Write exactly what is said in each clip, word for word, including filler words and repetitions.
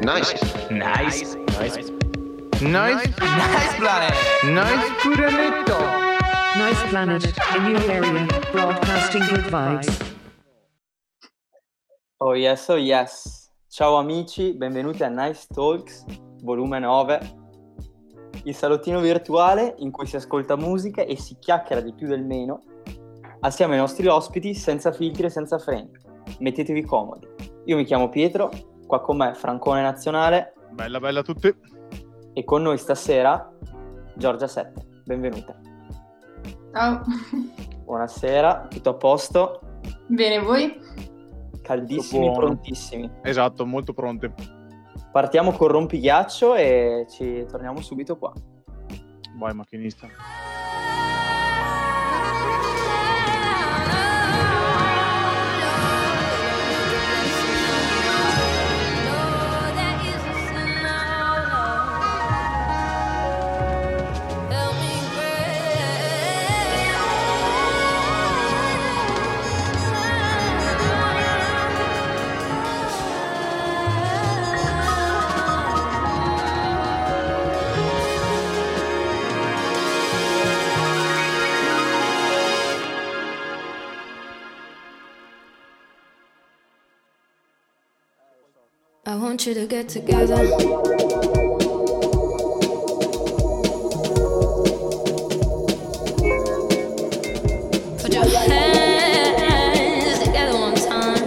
Nice. Nice. Nice. Nice. Nice planet. Nice planetto. Nice planet in your area, broadcasting good vibes. Oh yes, oh yes. Ciao amici, benvenuti a Nice Talks, volume nove. Il salottino virtuale in cui si ascolta musica e si chiacchiera di più del meno, assieme ai nostri ospiti, senza filtri e senza freni. Mettetevi comodi. Io mi chiamo Pietro, qua con me Francone Nazionale. Bella bella a tutti. E con noi stasera Giorgia sette. Benvenuta. Ciao. Buonasera, tutto a posto? Bene, voi? Caldissimi, Buono. prontissimi. Esatto, molto pronti. Partiamo col rompighiaccio e ci torniamo subito qua. Vai macchinista. I want you to get together. Put your hands together one time.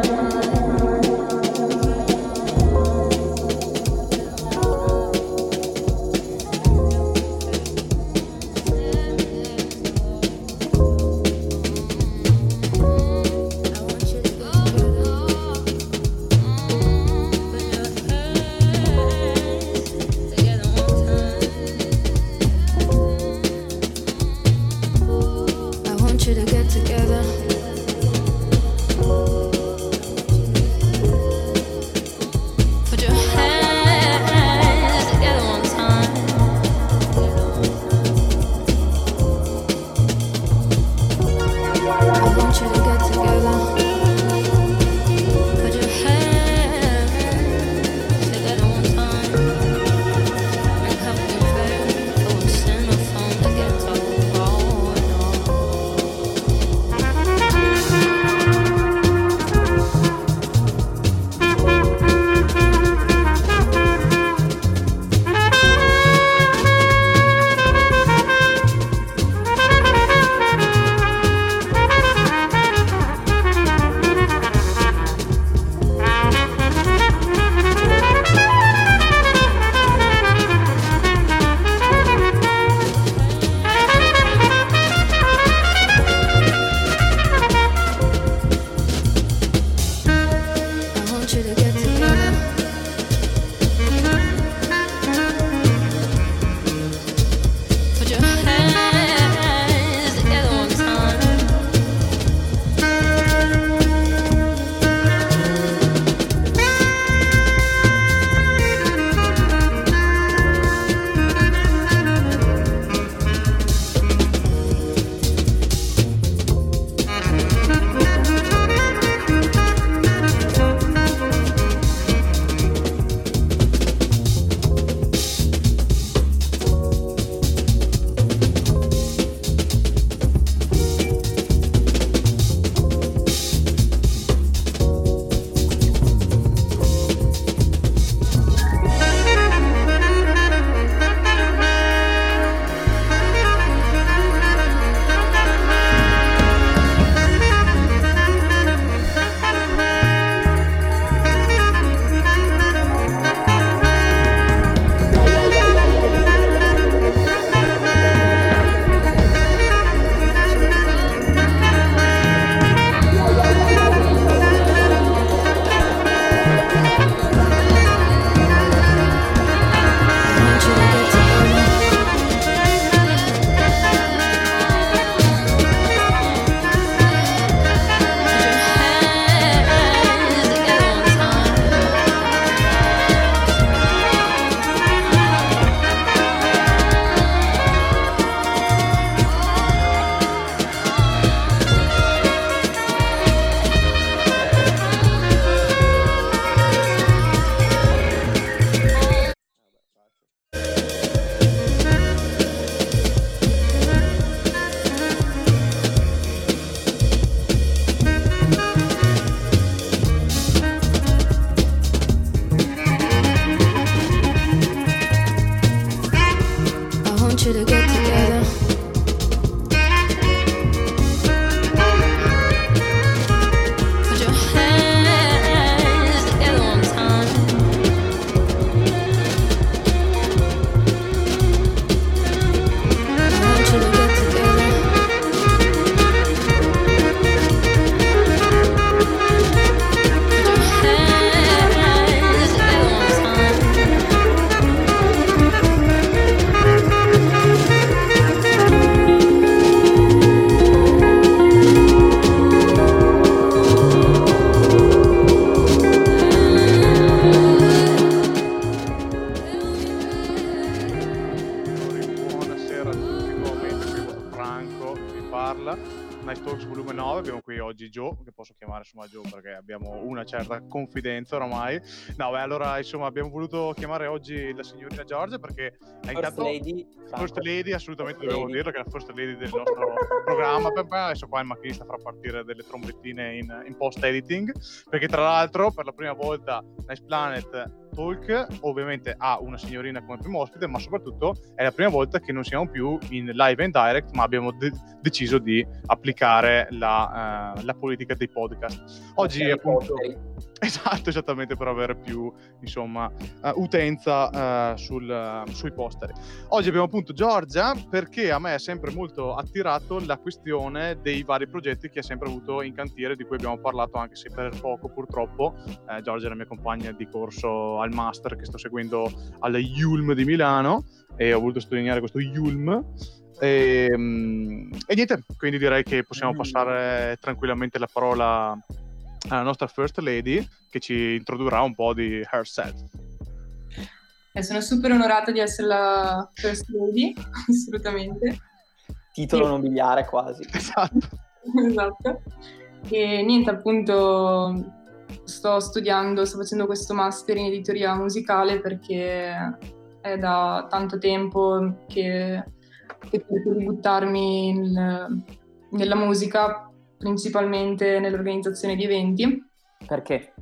I want you to go together. Joe, che posso chiamare insomma Joe perché abbiamo una certa confidenza oramai. No, beh, allora insomma abbiamo voluto chiamare oggi la signorina Giorgia perché è First intanto Lady, First Lady, assolutamente First dovevo Lady. dirlo che è la First Lady del nostro programma. Per me adesso qua il macchinista farà partire delle trombettine in, in post editing, perché tra l'altro per la prima volta Nice Planet Talk ovviamente ha una signorina come primo ospite, ma soprattutto è la prima volta che non siamo più in live and direct, ma abbiamo de- deciso di applicare la, uh, la politica dei podcast. Oggi Ok, appunto posteri. esatto, esattamente, per avere più insomma uh, utenza uh, sul, uh, sui posteri. Oggi abbiamo appunto Giorgia perché a me è sempre molto attirato la questione dei vari progetti che ha sempre avuto in cantiere, di cui abbiamo parlato anche se per poco purtroppo. eh, Giorgia è la mia compagna di corso al master che sto seguendo alla I U L M di Milano e ho voluto sottolineare questo I U L M. E, mm, e niente, quindi direi che possiamo Mm. passare tranquillamente la parola alla nostra First Lady, che ci introdurrà un po' di herself. Eh, sono super onorata di essere la First Lady, assolutamente. Titolo Sì. nobiliare quasi. Esatto. Esatto. E niente, appunto, sto studiando, sto facendo questo master in editoria musicale perché è da tanto tempo che, che cerco di buttarmi nel- nella musica, principalmente nell'organizzazione di eventi. Perché?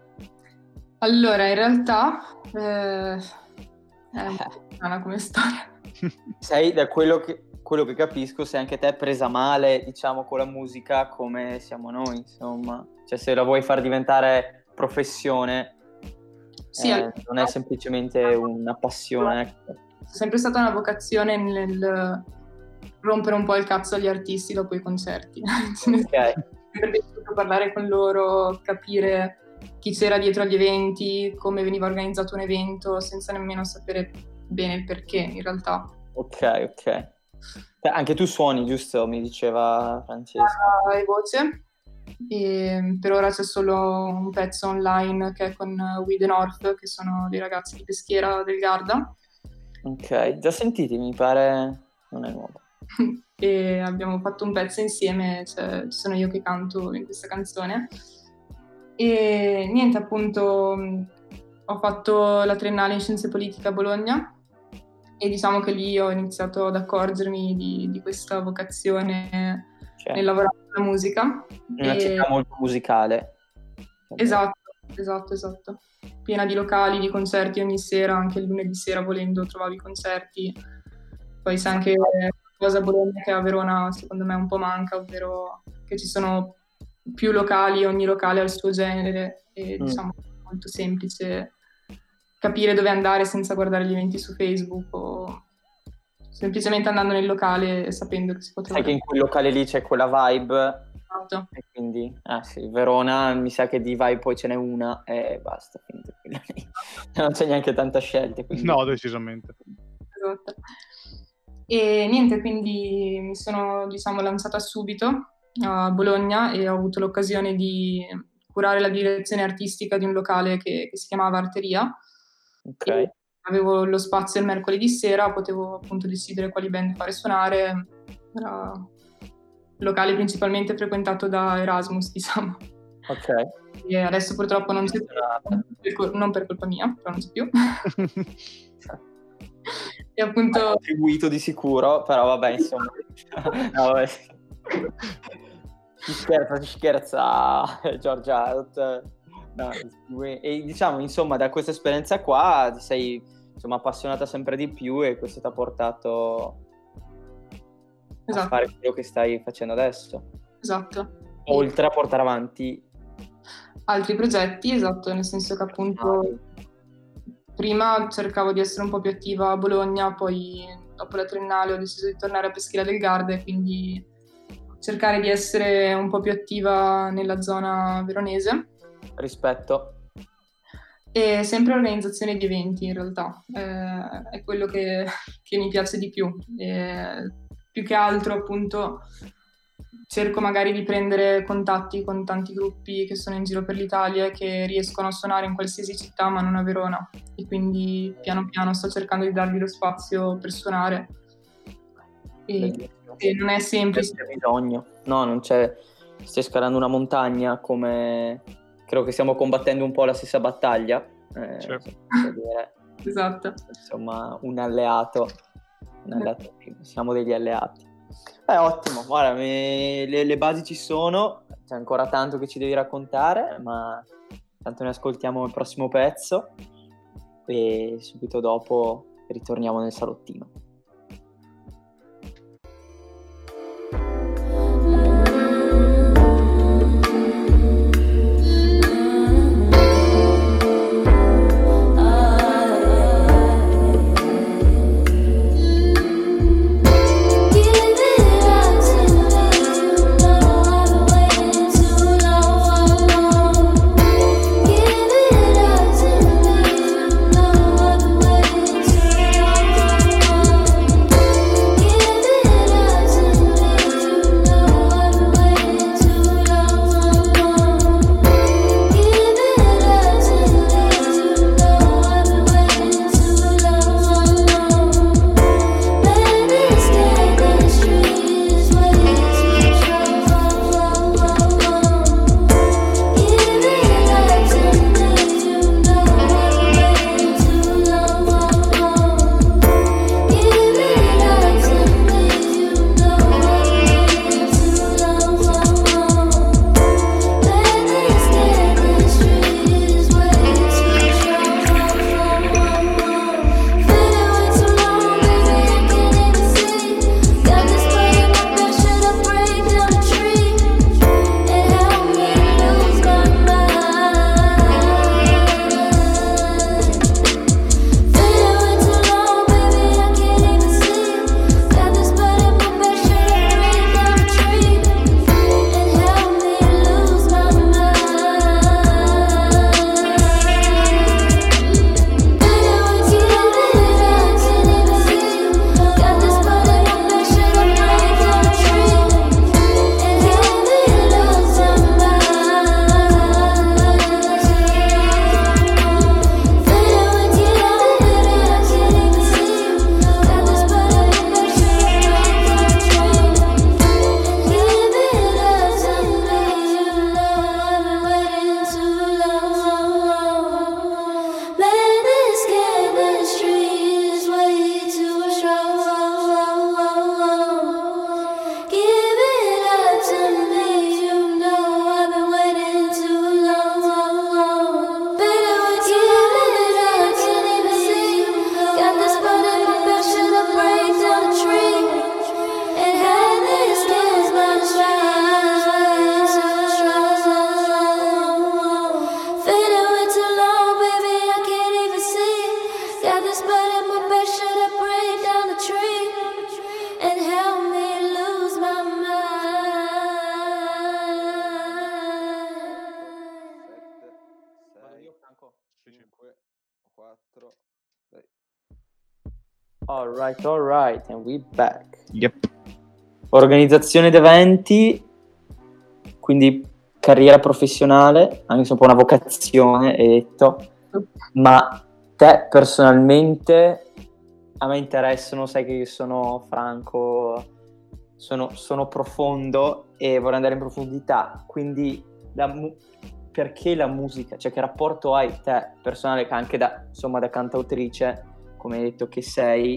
Allora, in realtà eh, è un po' strana come storia. Sei, da quello che, quello che capisco, sei anche te presa male, diciamo, con la musica come siamo noi, insomma. Cioè, se la vuoi far diventare professione, Sì, eh, allora- non è semplicemente una passione. ecco. È sempre stata una vocazione nel rompere un po' il cazzo agli artisti dopo i concerti. Ok, Sempre piaciuto parlare con loro, capire chi c'era dietro agli eventi, come veniva organizzato un evento, senza nemmeno sapere bene il perché, in realtà. ok, ok. Beh, anche tu suoni, giusto? Mi diceva Francesco. Ah, e voce. E per ora c'è solo un pezzo online che è con We The North, che sono dei ragazzi di Peschiera del Garda. Ok, già sentiti, mi pare non è nuovo. E abbiamo fatto un pezzo insieme, cioè ci sono io che canto in questa canzone. E niente, appunto, mh, ho fatto la triennale in Scienze Politiche a Bologna e diciamo che lì ho iniziato ad accorgermi di, di questa vocazione Cioè, nel lavorare con la musica. una E- città molto musicale. Esatto, esatto, esatto. Piena di locali, di concerti ogni sera, anche il lunedì sera volendo trovavi concerti. Poi c'è anche cosa a Bologna che a Verona secondo me un po' manca, ovvero che ci sono più locali, ogni locale ha il suo genere e Mm. diciamo è molto semplice capire dove andare senza guardare gli eventi su Facebook o semplicemente andando nel locale e sapendo che si può Sai trovare. che in quel locale lì c'è quella vibe, Esatto. e quindi, ah sì, Verona mi sa che di vibe poi ce n'è una e basta, finito quella lì. Non c'è neanche tanta scelta. Quindi... No, decisamente. Esatto. E niente, quindi mi sono, diciamo, lanciata subito a Bologna e ho avuto l'occasione di curare la direzione artistica di un locale che, che si chiamava Arteria. Ok, E avevo lo spazio il mercoledì sera, potevo appunto decidere quali band fare suonare. Era un locale principalmente frequentato da Erasmus, diciamo. ok. E adesso purtroppo non c'è più, non per colpa mia, però non c'è più. E Ha appunto contribuito di sicuro, però vabbè, insomma. No, vabbè. Si scherza, si scherza, Giorgia. No, e diciamo, insomma, da questa esperienza qua ti sei insomma appassionata sempre di più e questo ti ha portato a Esatto. fare quello che stai facendo adesso, Esatto. oltre a portare avanti Altri progetti, esatto, nel senso che appunto prima cercavo di essere un po' più attiva a Bologna, poi dopo la triennale ho deciso di tornare a Peschiera del Garda e quindi cercare di essere un po' più attiva nella zona veronese rispetto. e sempre organizzazione di eventi in realtà, eh, è quello che, che mi piace di più. E più che altro appunto cerco magari di prendere contatti con tanti gruppi che sono in giro per l'Italia e che riescono a suonare in qualsiasi città ma non a Verona e quindi piano piano sto cercando di dargli lo spazio per suonare e, e non è semplice. C'è bisogno, no, non c'è, stai scalando una montagna, come credo che stiamo combattendo un po' la stessa battaglia. Eh, Sì. se posso dire. Esatto. Insomma, un alleato, un alleato, siamo degli alleati. Beh, ottimo, guarda, mi- le, le basi ci sono, c'è ancora tanto che ci devi raccontare, ma tanto ne ascoltiamo il prossimo pezzo e subito dopo ritorniamo nel salottino. Alright, alright, and we back. Yep. Organizzazione di eventi, quindi carriera professionale, anche se un po' una vocazione, hai detto, ma te personalmente, a me interessano, sai che io sono franco, sono, sono profondo e vorrei andare in profondità, quindi la mu- perché la musica, cioè che rapporto hai te personale, che anche da, insomma, da cantautrice, come hai detto che sei,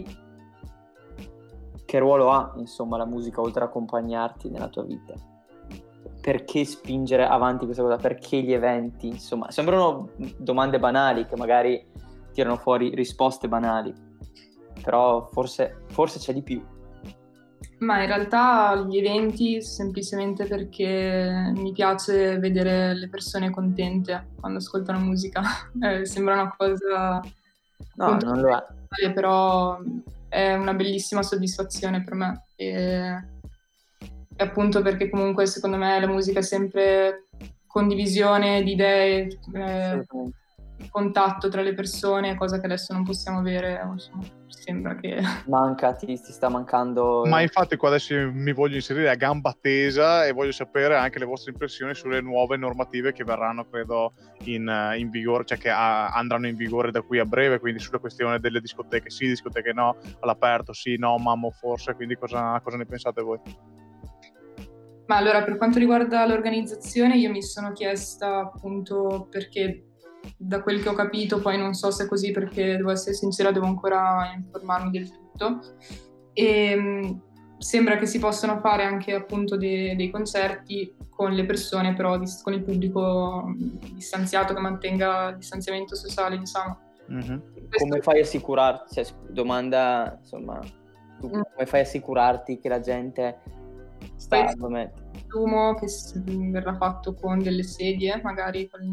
che ruolo ha, insomma, la musica oltre a accompagnarti nella tua vita? Perché spingere avanti questa cosa? Perché gli eventi? Insomma, sembrano domande banali che magari tirano fuori risposte banali, però forse, forse c'è di più. Ma in realtà gli eventi semplicemente perché mi piace vedere le persone contente quando ascoltano musica. Eh, sembra una cosa No, non lo è. controversiale, però è una bellissima soddisfazione per me. E, e appunto perché comunque secondo me la musica è sempre condivisione di idee, eh, Assolutamente. contatto tra le persone, cosa che adesso non possiamo avere, insomma, sembra che... Manca, ti, ti sta mancando. Ma infatti qua adesso mi voglio inserire a gamba tesa e voglio sapere anche le vostre impressioni sulle nuove normative che verranno, credo, in, in vigore, cioè che a, andranno in vigore da qui a breve, quindi sulla questione delle discoteche sì, discoteche no, all'aperto sì, no, mammo forse, quindi cosa, cosa ne pensate voi? Ma allora, per quanto riguarda l'organizzazione, io mi sono chiesta appunto perché, da quel che ho capito, poi non so se è così perché devo essere sincera, devo ancora informarmi del tutto, e mh, sembra che si possano fare anche appunto de- dei concerti con le persone, però dis- con il pubblico mh, distanziato, che mantenga il distanziamento sociale, diciamo. Mhm. Come fai a assicurarti, cioè, domanda, insomma, tu Mm. come fai a assicurarti che la gente sta, Poi- come- Presumo che s- verrà fatto con delle sedie, magari con...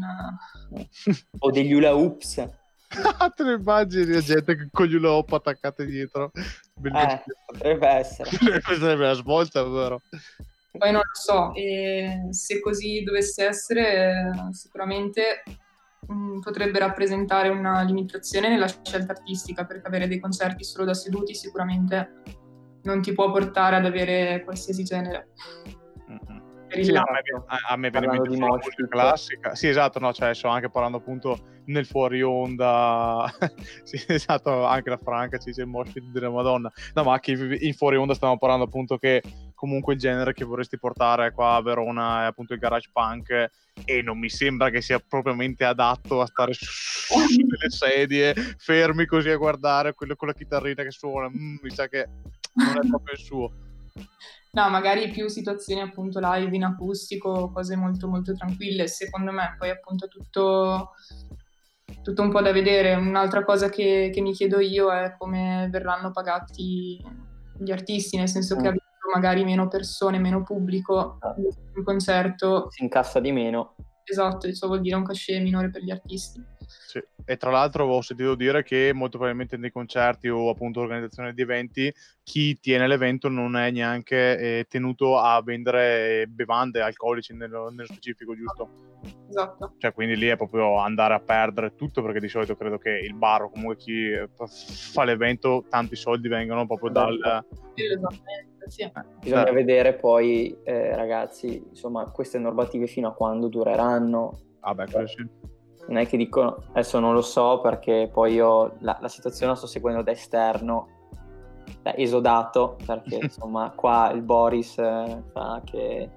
o degli hula hoops? Te lo immagini la gente che con gli hula hoop attaccate dietro? Eh, Bellissimo. potrebbe essere. Questa sarebbe la svolta, vero? Poi non lo so, e se così dovesse essere, eh, sicuramente mh, potrebbe rappresentare una limitazione nella scelta artistica, perché avere dei concerti solo da seduti sicuramente non ti può portare ad avere qualsiasi genere. Mhm. Per il Sì, a lato. me, a, a me viene in Parlando mente di solo la mosh musica pit. classica. Sì, esatto, no, cioè sto anche parlando appunto nel fuori onda. Sì, esatto, anche la Franca ci dice il mosh pit della Madonna. No, ma anche in fuori onda stiamo parlando appunto che comunque il genere che vorresti portare qua a Verona è appunto il garage punk, e non mi sembra che sia propriamente adatto a stare su delle sedie fermi così a guardare quello con la chitarrina che suona. Mm, mi sa che non è proprio il suo. No, magari più situazioni appunto live in acustico, cose molto molto tranquille, secondo me. Poi appunto tutto, tutto un po' da vedere. Un'altra cosa che, che mi chiedo io è come verranno pagati gli artisti, nel senso che Mm. avendo magari meno persone, meno pubblico, un concerto, Si incassa di meno. esatto, ciò vuol dire un cachet minore per gli artisti. Sì. E tra l'altro ho sentito dire che molto probabilmente nei concerti o appunto organizzazione di eventi, chi tiene l'evento non è neanche eh, tenuto a vendere eh, bevande alcolici nello, nello specifico, giusto? Esatto. Cioè quindi lì è proprio andare a perdere tutto, perché di solito credo che il bar o comunque chi eh, fa l'evento, tanti soldi vengono proprio dal... Quello esattamente, sì. Bisogna Certo. vedere poi, eh, ragazzi, insomma, queste normative fino a quando dureranno. Ah beh, quello sì. Non è che dicono, adesso non lo so perché poi io la, la situazione la sto seguendo da esterno, da esodato, perché insomma qua il Boris eh, fa che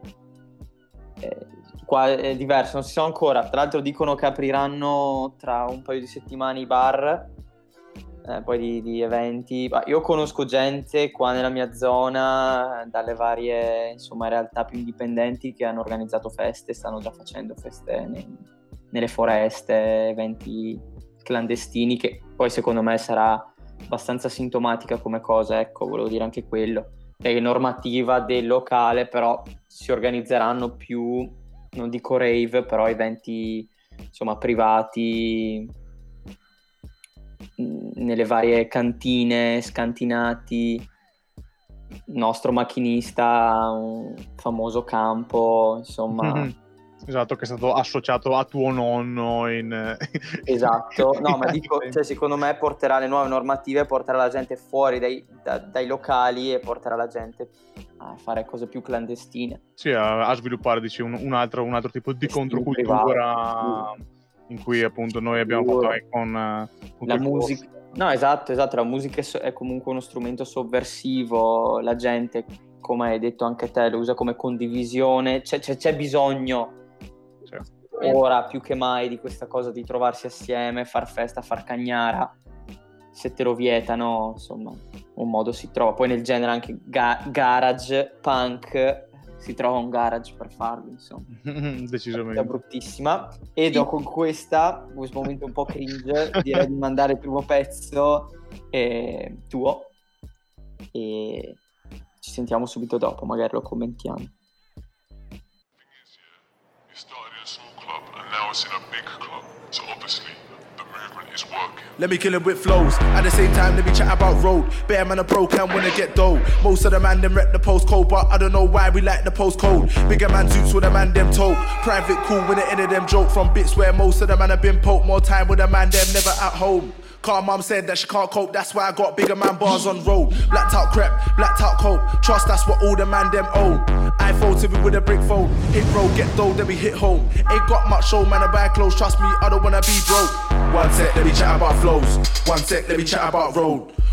eh, qua è diverso, non si sa ancora. Tra l'altro dicono che apriranno tra un paio di settimane i bar, eh, poi di, di eventi. Ma io conosco gente qua nella mia zona, dalle varie insomma realtà più indipendenti, che hanno organizzato feste, stanno già facendo feste nei- nelle foreste, eventi clandestini, che poi secondo me sarà abbastanza sintomatica come cosa, ecco, volevo dire anche quello. È normativa del locale, però si organizzeranno più, non dico rave, però eventi insomma privati mh, nelle varie cantine, scantinati. Il nostro macchinista ha un famoso campo, insomma. Mhm. Esatto, che è stato associato a tuo nonno in... Esatto, no, ma dico, Sì. cioè, secondo me porterà le nuove normative, porterà la gente fuori dai, da- dai locali e porterà la gente a fare cose più clandestine. Sì, a, a sviluppare dici, un, un, altro, un altro tipo di Stili controcultura privati. in cui appunto noi abbiamo Sicuro. fatto anche con eh, appunto La il corso. musica, no, esatto, esatto, la musica è, so- è comunque uno strumento sovversivo, la gente, come hai detto anche te, lo usa come condivisione, c'è, c'è, c'è bisogno Sì. ora più che mai di questa cosa di trovarsi assieme, far festa, far cagnara. Se te lo vietano, insomma, un modo si trova. Poi nel genere anche ga- garage, punk, si trova un garage per farlo, insomma. È Decisamente. bruttissima. E dopo questa, questo momento un po' cringe, direi di mandare il primo pezzo eh, tuo e ci sentiamo subito dopo, magari lo commentiamo. It started in a small club and now it's in a big club. So obviously the movement is working. Let me kill him with flows. At the same time, let me chat about road. Bear man are broke and wanna get dough. Most of the man them rep the postcode, but I don't know why we like the postcode. Bigger man suits with the man them tote. Private cool with the end of them joke from bits where most of the man have been poked. More time with the man them never at home. Car mum said that she can't cope, that's why I got bigger man bars on road. Blacked out crep, blacked out cope. Trust that's what all the man them own. iPhone to me with a brick phone. Hit road, get dough, then we hit home. Ain't got much show, man, I buy clothes. Trust me, I don't wanna be broke. One sec, let me chat about flows. One sec, let me chat about road.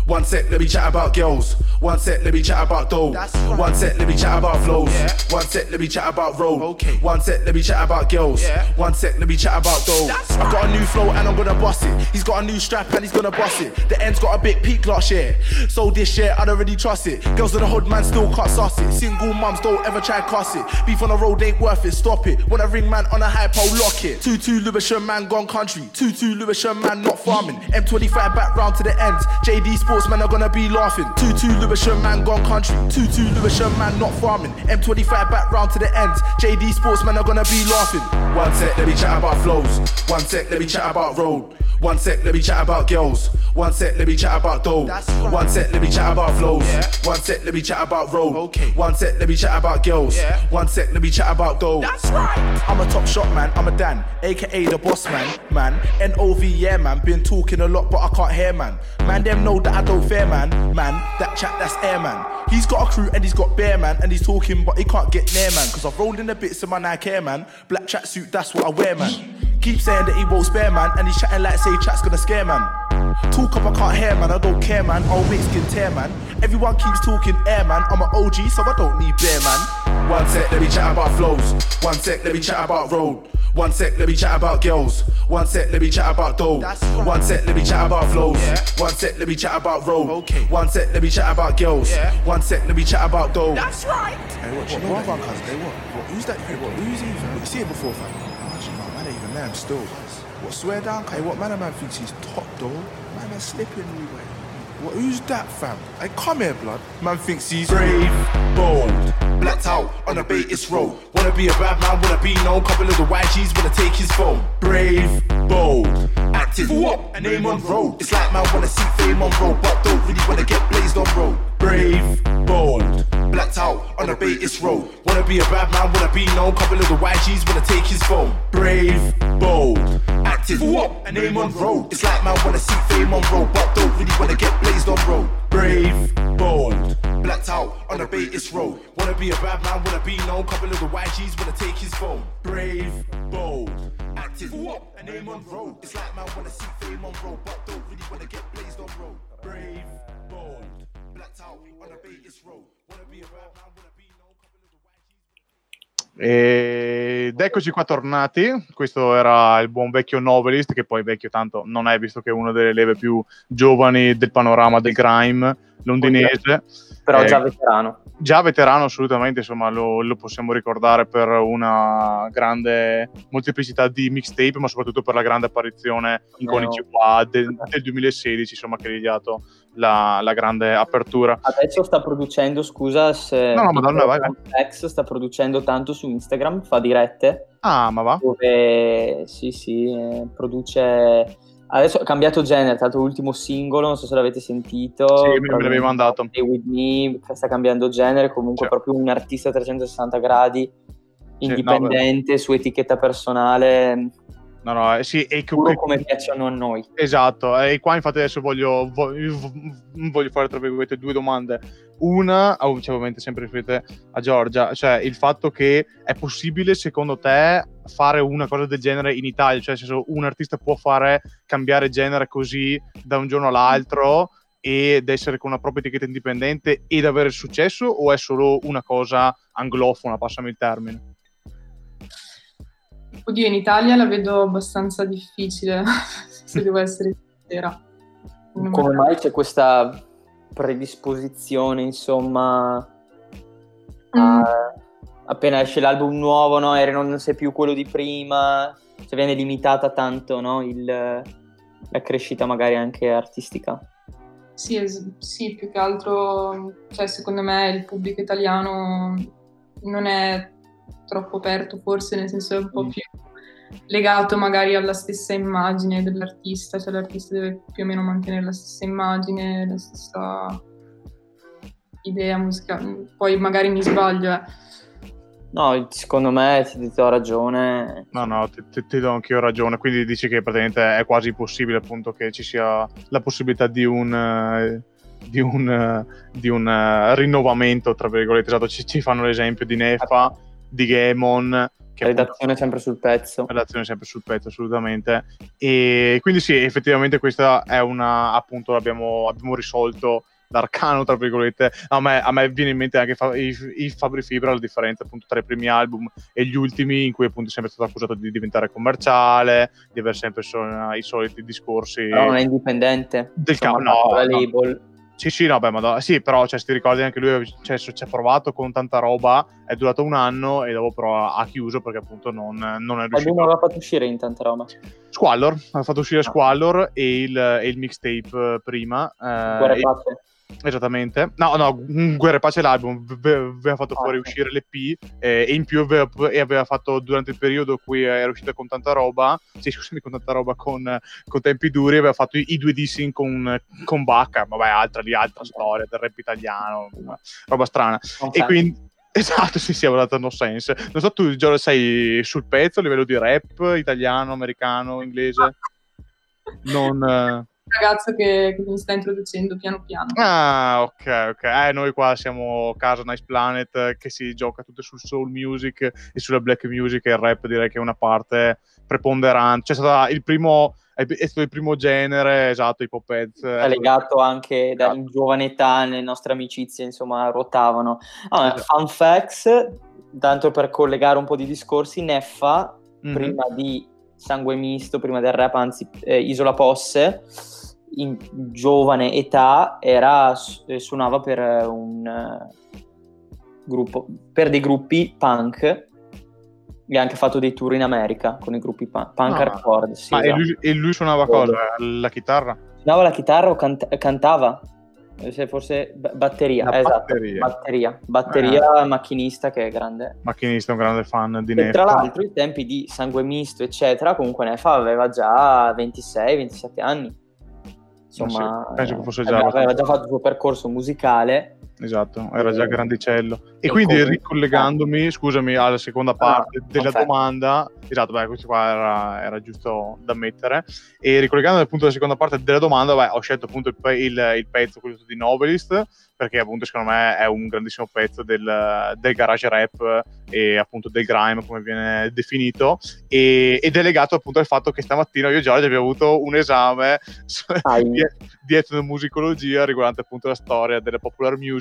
One sec, let me chat about girls. One sec, let me chat about dough. Right. One sec, let me chat about flows. Yeah. One sec, let me chat about road. Okay. One sec, let me chat about girls. Yeah. One sec, let me chat about dough. Right. I got a new flow and I'm gonna bust it. He's got a new strap and he's gonna bust it. The end's got a bit peak last year. So this year I don't really trust it. Girls in the hood, man, still can't suss it. Single mums don't ever try cuss it. Beef on the road ain't worth it, stop it. When I ring man on a high pole, lock it. two two Lewisham man gone country. two two Lewisham man not farming. M twenty-five back round to the end. J D Sportsmen are gonna be laughing. two two Lewisham man gone country. two two Lewisham man not farming. M twenty-five back round to the end. J D Sportsmen are gonna be laughing. One sec, let me chat about flows. One sec, let me chat about road. One sec, let me chat about girls. One sec, let me chat about dough. Right. One sec, let me chat about flows. Yeah. One sec, let me chat about road. Okay. One sec, let me chat about girls. Yeah. One sec, let me chat about dough. That's right. I'm a top shot man, I'm a Dan, aka the boss man, man. N O V, yeah man, been talking a lot but I can't hear man. Man, them know that I don't fear man, man. That chat, that's air man. He's got a crew and he's got bear man, and he's talking but he can't get near man. Cause I've rolled in the bits of my Nike Air man. Black tracksuit, that's what I wear man. Keep saying that he won't spare man, and he's chatting like say chat's gonna scare man. Talk up, I can't hear man, I don't care man, I'll make skin tear man. Everyone keeps talking air man, I'm an O G so I don't need bear man. One sec, let me chat about flows. One sec, let me chat about road. One sec, let me chat about girls. One sec, let me chat about dough. Right. One sec, let me chat about flows. Yeah. One sec, let me chat about road. Okay. One sec, let me chat about girls. Yeah. One sec, let me chat about dough. That's right. Hey, what? What? What? What? Hey, what? What? Who's that? Hey, what? Who's he? Fam? You see it before, fam? Actually, no, man ain't even there. I'm still. What? Swear down? Hey, what? Man, a man thinks he's top, though. Man, I'm slipping anyway. What? Who's that, fam? Hey, come here, blood. Man thinks he's brave, bold, blacked out on a Batis road. Wanna be a bad man, wanna be known. Couple of the Y Gs wanna take his phone. Brave, bold, active, what? A name on road. It's like man wanna see fame on road, but don't really wanna get blazed on road. Brave, bold, blacked out on a Batis road. Wanna be a bad man, wanna be known. Couple of the Y Gs wanna take his phone. Brave, bold, active, what? A name on road. It's like man wanna see fame on road, but don't really wanna get blazed on road. Brave, bold, blacked out on a Batis road. Wanna be a bad man, wanna be known. Couple of the Y Gs wanna take his phone. Brave, bold, active, what? A name on road. It's like man wanna see fame on road, but don't really wanna get blazed on road. Brave, bold, blacked out on a Batis road. Wanna be a bad man, wanna be known. Couple of the Y Gs. Ed eccoci qua tornati. Questo era il buon vecchio Novelist, che poi vecchio tanto non è, visto che è una delle leve più giovani del panorama del grime londinese, però già eh, veterano. Già veterano assolutamente, insomma lo, lo possiamo ricordare per una grande molteplicità di mixtape, ma soprattutto per la grande apparizione in Con i C U A del, del duemilasedici, insomma, che gli ha dato la, la grande apertura. Adesso sta producendo, scusa se no, no, madonna, vai, vai. Ex sta producendo tanto su Instagram, fa dirette. Ah, ma va? Dove sì, sì, eh, produce. Adesso ha cambiato genere, tra l'altro l'ultimo singolo, non so se l'avete sentito. Sì, me l'avevi mandato. Stay With Me, sta cambiando genere, comunque sì. Proprio un artista a trecentosessanta gradi, indipendente, sì, no, su etichetta personale. No, no, sì, e Puro come piacciono a noi. Esatto, e qua infatti adesso voglio, voglio, voglio fare tra virgolette due domande. Una, cioè, ovviamente sempre riferite a Giorgia, cioè il fatto che è possibile secondo te fare una cosa del genere in Italia, cioè nel senso un artista può fare cambiare genere così da un giorno all'altro ed essere con una propria etichetta indipendente ed avere successo, o è solo una cosa anglofona, passami il termine? Oddio, in Italia la vedo abbastanza difficile, se devo essere sincera. Come mai c'è questa predisposizione, insomma, mm. a, appena esce l'album nuovo, no? E non sei più quello di prima, cioè viene limitata tanto, no? Il, la crescita magari anche artistica. Sì, es- sì, più che altro, cioè secondo me il pubblico italiano non è troppo aperto, forse, nel senso è un po' Mm. più legato magari alla stessa immagine dell'artista, cioè l'artista deve più o meno mantenere la stessa immagine, la stessa idea musicale, poi magari mi sbaglio, eh. No, secondo me ti do ragione. No, no, ti, ti, ti do anch'io ragione, quindi dici che praticamente è quasi impossibile appunto che ci sia la possibilità di un... Eh, di un, eh, di un eh, rinnovamento, tra virgolette, esatto, ci, ci fanno l'esempio di Nefa, di Gamon, che redazione appunto, sempre sul pezzo. Redazione sempre sul pezzo, assolutamente. E quindi sì, effettivamente questa è una, appunto, abbiamo, abbiamo risolto l'arcano, tra virgolette. A me, a me viene in mente anche fa- i, i Fabri Fibra, la differenza appunto tra i primi album e gli ultimi, in cui appunto è sempre stato accusato di diventare commerciale, di aver sempre so- i soliti discorsi. Però non è indipendente. Del Insomma, cavolo, no, la no. label. Sì, sì, no, beh, ma no, sì, però, cioè, se ti ricordi anche lui, cioè, ci ha provato con tanta roba, è durato un anno e dopo però ha chiuso perché appunto non, non è riuscito. Album aveva fatto uscire in tanta roba. Squallor, aveva fatto uscire Ah. Squallor e il, e il mixtape eh, prima. eh, Guerra e e- pace. Esattamente. No, no, un Guerra e Pace l'album, v- v- aveva fatto Ah, fuori sì. uscire l'E P eh, e in più aveva, e aveva fatto durante il periodo in cui era uscita con tanta roba, sì scusami, con tanta roba con, con tempi duri, aveva fatto i, i due dissing con, con Bacca, vabbè, altra lì, altra storia del rap italiano, roba strana. Non E fa- quindi, esatto, sì, sì, aveva dato no sense. Non so, tu Giorgio sei sul pezzo a livello di rap, italiano, americano, inglese? Non... eh, Ragazzo che, che mi sta introducendo piano piano. Ah, ok, ok. Eh, noi qua siamo casa Nice Planet eh, che si gioca tutto sul soul music e sulla black music, e il rap direi che è una parte preponderante. C'è stato il primo, è è stato il primo genere, esatto, hip hop heads. eh, è legato anche da, Esatto. in giovane età, nelle nostre amicizie, insomma, ruotavano. Ah, Esatto. Fun facts, tanto per collegare un po' di discorsi, Neffa, Mhm. prima di Sangue Misto, prima del rap, anzi eh, Isola Posse, in giovane età era eh, suonava per eh, un eh, gruppo, per dei gruppi punk, e ha anche fatto dei tour in America con i gruppi punk, punk Ah, hardcore. Sì, Ma e esatto. lui, e lui suonava Quello. cosa? La chitarra? Suonava la chitarra o cant- cantava? Eh, se forse b- batteria, La eh, esatto, batteria. batteria, batteria macchinista, che è grande. Macchinista, un grande fan di E tra Neffa. l'altro ai tempi di Sangue Misto eccetera, comunque Neffa aveva già ventisei ventisette anni, insomma, Sì, penso che fosse già aveva, aveva abbastanza- già fatto il suo percorso musicale. Esatto, era già Eh, grandicello. E e quindi come- ricollegandomi, scusami, alla seconda parte della perfetto. domanda, esatto, beh, questo qua era, era giusto da mettere. E ricollegandomi appunto alla seconda parte della domanda, beh, ho scelto appunto il, pe- il- il pezzo, quello di Novelist, perché appunto secondo me è un grandissimo pezzo del, del garage rap e appunto del grime, come viene definito, e, ed è legato appunto al fatto che stamattina io e Giorgio abbiamo avuto un esame su- Ai. di, di etnomusicologia riguardante appunto la storia delle popular music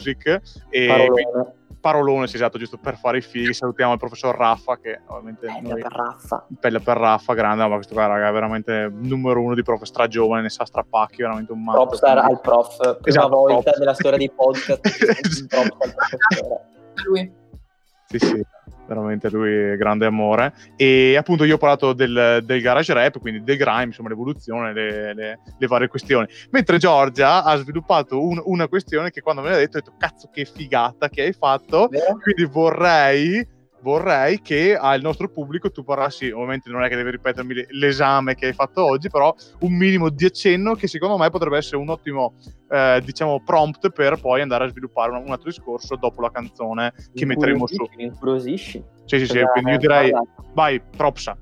e Parolone. parolone, sì, esatto, giusto per fare i fighi. Salutiamo il professor Raffa, che ovviamente Eh, noi- per Raffa. bella per Raffa, grande, ma questo qua raga, è veramente numero uno di prof, stragiovane, ne sa strappacchi, veramente un matto. Propstar al prof, prima Esatto, volta props. della storia dei podcast un props al professore. Lui. Sì, sì, veramente lui è grande amore. E appunto io ho parlato del, del garage rap, quindi del grime, insomma l'evoluzione, le, le- le varie questioni. Mentre Giorgia ha sviluppato un- una questione che quando me l'ha detto ho detto cazzo che figata che hai fatto, Vero? quindi vorrei... Vorrei che al nostro pubblico tu parlassi, ovviamente non è che devi ripetermi le- l'esame che hai fatto oggi, però un minimo di accenno che secondo me potrebbe essere un ottimo, eh, diciamo, prompt per poi andare a sviluppare un, un altro discorso dopo la canzone che metteremo su. Mi incuriosisci. Sì, sì, sì, Cosa quindi io hai direi, parlato? vai, propsa.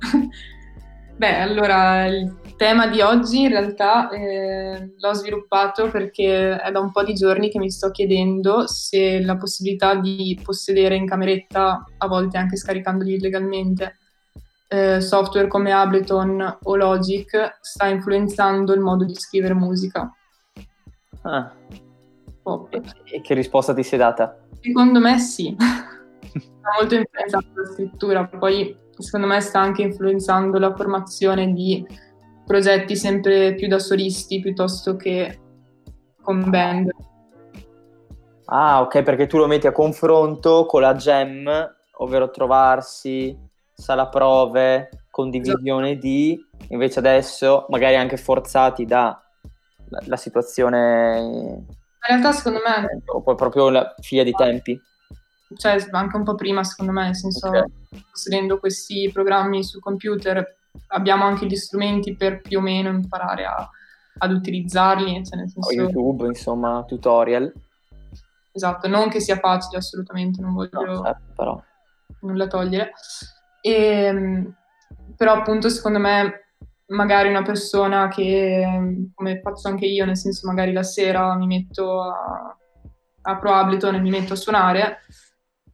Beh, allora il tema di oggi in realtà eh, l'ho sviluppato perché è da un po' di giorni che mi sto chiedendo se la possibilità di possedere in cameretta, a volte anche scaricandoli illegalmente, eh, software come Ableton o Logic sta influenzando il modo di scrivere musica Ah, pop. e, e che risposta ti sei data? Secondo me sì, sta molto influenzando la scrittura, poi secondo me sta anche influenzando la formazione di progetti sempre più da solisti piuttosto che con band. Ah, ok, perché tu lo metti a confronto con la jam, ovvero trovarsi, sala prove, condivisione di, invece adesso magari anche forzati da la, la situazione, In realtà secondo me, o poi proprio la figlia di tempi. cioè anche un po' prima secondo me, nel senso, Ok. possedendo questi programmi sul computer abbiamo anche gli strumenti per più o meno imparare a- ad utilizzarli, cioè nel O senso, YouTube, insomma, tutorial. esatto, non che sia facile assolutamente, non voglio No, certo, però. nulla togliere. E, però appunto secondo me magari una persona che, come faccio anche io, nel senso magari la sera mi metto a, apro Ableton e mi metto a suonare,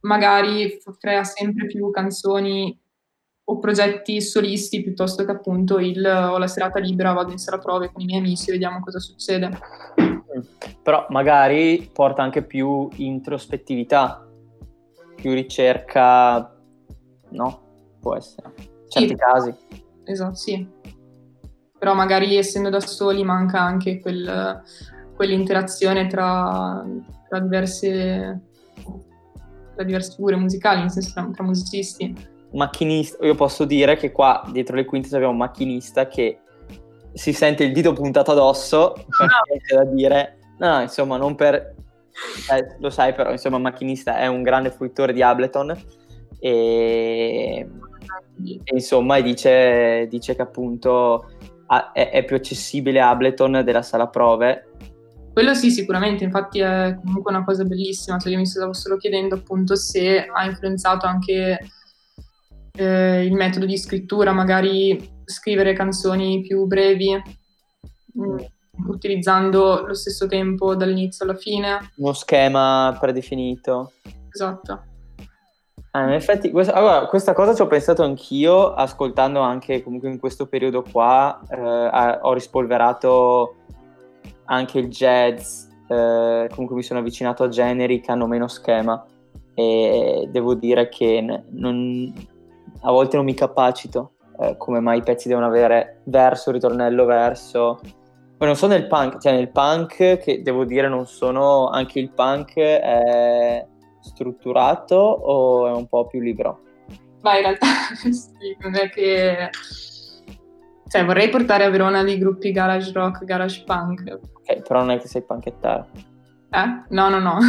magari f- crea sempre più canzoni o progetti solisti piuttosto che appunto il ho la serata libera, vado in sala prove con i miei amici e vediamo cosa succede. Però magari porta anche più introspettività, più ricerca, no? Può essere, in certi Sì. casi. Esatto, sì. Però magari essendo da soli manca anche quel, quell'interazione tra, tra diverse tra diverse figure musicali, nel senso tra, tra musicisti. Macchinista, io posso dire che qua dietro le quinte abbiamo un macchinista che si sente il dito puntato addosso perché c'è da dire, no, no, insomma, non per eh, lo sai, però insomma il macchinista è un grande fruitore di Ableton e, e insomma dice, dice che appunto ha, è, è più accessibile Ableton della sala prove. Quello sì, sicuramente, infatti è comunque una cosa bellissima. Cioè io mi stavo solo chiedendo appunto se ha influenzato anche eh, il metodo di scrittura, magari scrivere canzoni più brevi, mh, utilizzando lo stesso tempo dall'inizio alla fine. Uno schema predefinito. Esatto. Ah, in effetti, questa, allora, questa cosa ci ho pensato anch'io, ascoltando anche comunque in questo periodo qua, eh, a- ho rispolverato anche il jazz, eh, comunque mi sono avvicinato a generi che hanno meno schema e devo dire che ne- non- a volte non mi capacito eh, come mai i pezzi devono avere verso, ritornello, verso. Poi non so nel punk, cioè nel punk che devo dire non sono, anche il punk è strutturato o è un po' più libero? Ma in realtà sì, non è che... Cioè vorrei portare a Verona dei gruppi garage rock, garage punk. Ok, però non è che sei punkettaro. Eh? No, no, no.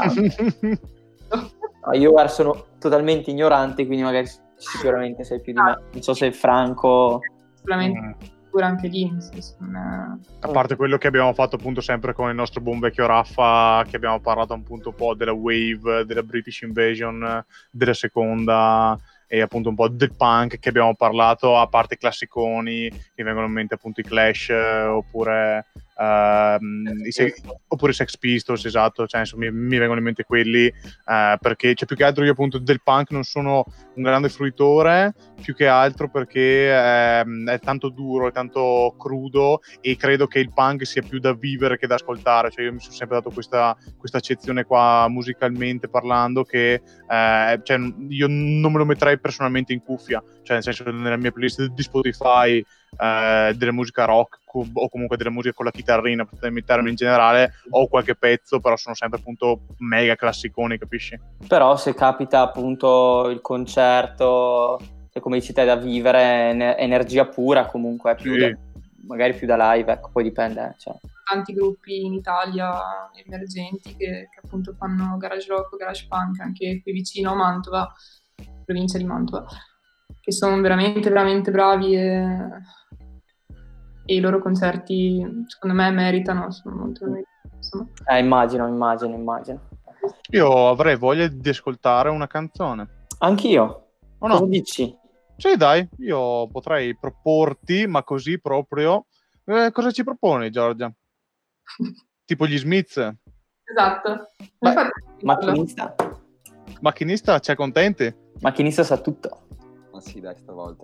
No, io guarda, sono totalmente ignorante, quindi magari sicuramente sei più di me. Non so se il Franco... Sicuramente pure anche lì, nel senso, non è- A parte quello che abbiamo fatto appunto sempre con il nostro buon vecchio Raffa, che abbiamo parlato appunto un po' della wave, della British Invasion, della seconda e appunto un po' del punk che abbiamo parlato, a parte i classiconi che vengono in mente appunto i Clash eh, oppure ehm, i Se- oppure i Sex Pistols, esatto, cioè insomma mi, mi vengono in mente quelli eh, perché cioè, più che altro io appunto del punk non sono un grande fruitore, più che altro perché ehm, è tanto duro, è tanto crudo e credo che il punk sia più da vivere che da ascoltare, cioè io mi sono sempre dato questa, questa accezione qua musicalmente parlando che eh, cioè, io non me lo metterei personalmente in cuffia, cioè nel senso nella mia playlist di Spotify eh, della musica rock co- o comunque della musica con la chitarrina, per mettermi in generale, ho qualche pezzo, però sono sempre appunto mega classiconi, capisci? Però se capita appunto il concerto, e come dici te, da vivere, ener- energia pura comunque, più Sì. da- magari più da live, ecco, poi dipende. eh, Cioè. tanti gruppi in Italia emergenti che, che appunto fanno garage rock o garage punk, anche qui vicino a Mantova, provincia di Mantova, che sono veramente veramente bravi e, e i loro concerti secondo me meritano, sono molto insomma. Eh, immagino, immagino, immagino. Io avrei voglia di ascoltare una canzone. Anch'io. O no? Cosa dici? Sì, dai, io potrei proporti, ma così proprio. Eh, cosa ci proponi, Giorgia? Tipo gli Smiths? Esatto. Ma- Infatti, Macchinista. Macchinista, c'è contenti? Macchinista sa tutto. Ma sì, dai, stavolta.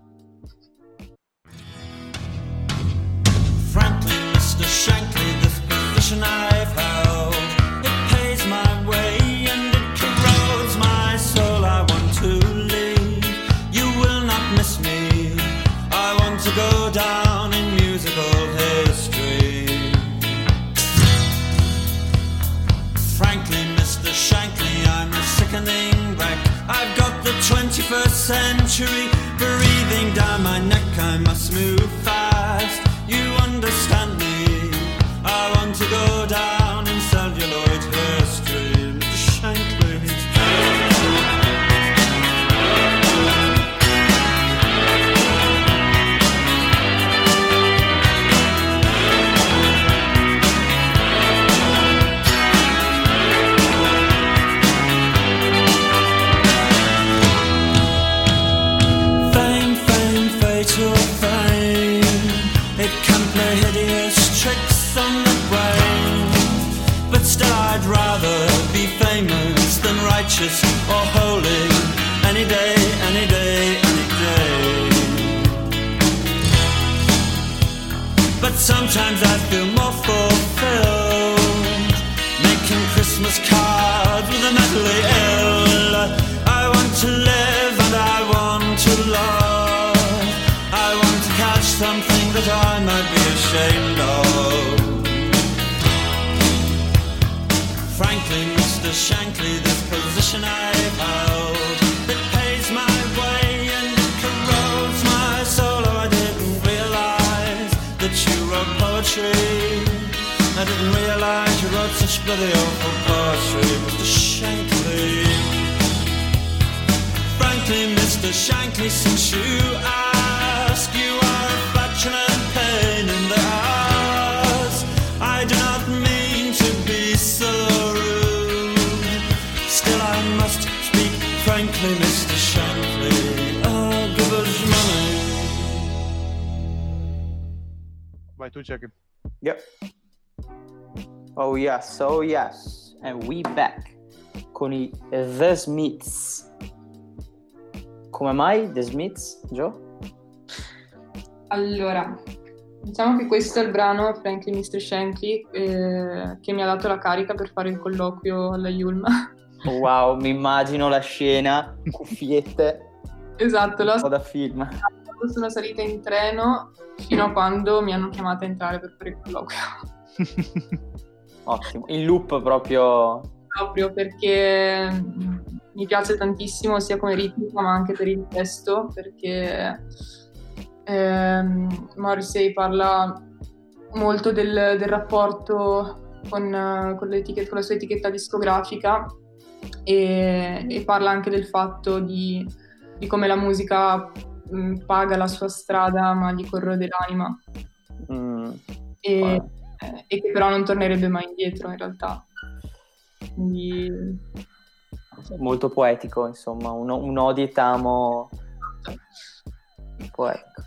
Frankly, mister Shankly, this position I've held, it pays my way and it corrodes my soul. I want to leave, you will not miss me. I want to go down in musical history. Frankly, mister Shankly, I'm a sickening wreck. I've got the twenty-first century breathing down my neck. I must move fast, you understand me. I want to go down in celluloid history, mister Shankly. Fame, fame, fatal fame. sometimes I feel more fulfilled making Christmas cards with a mentally ill. I want to live and I want to love. I want to catch something that I might be ashamed of. Frankly, Mister Shankly, this position I've held, it pays my way and it corrodes my soul. Oh, I didn't realize that you wrote poetry. I didn't realize you wrote such bloody awful poetry, Mister Shankly. Frankly, Mister Shankly, since you ask, you are a fraction and pain in the ass. I do not mean to be so rude, still I must speak frankly, Mister Shankly. Oh, give us money. Vai tu, Jackie. Yep. Oh yes, oh yes. And we back con i The Smiths. Come mai The Smiths, Joe? Allora, diciamo che questo è il brano, Frankly Mister Shankly, eh, che mi ha dato la carica per fare il colloquio alla Yulm. Wow, mi immagino la scena, cuffiette. Esatto, l'ho un po' da film. quando sono salita in treno fino a quando mi hanno chiamata a entrare per fare il colloquio. Ottimo, in loop proprio. Proprio perché mi piace tantissimo sia come ritmica ma anche per il testo, perché ehm, Morrissey parla molto del, del rapporto con, con, l'etichetta, con la sua etichetta discografica e, e parla anche del fatto di, di come la musica mh, paga la sua strada ma gli corrode l'anima. Mm. E, Wow. eh, e che però non tornerebbe mai indietro in realtà. Quindi Molto poetico, insomma, un, un odi et amo poetico.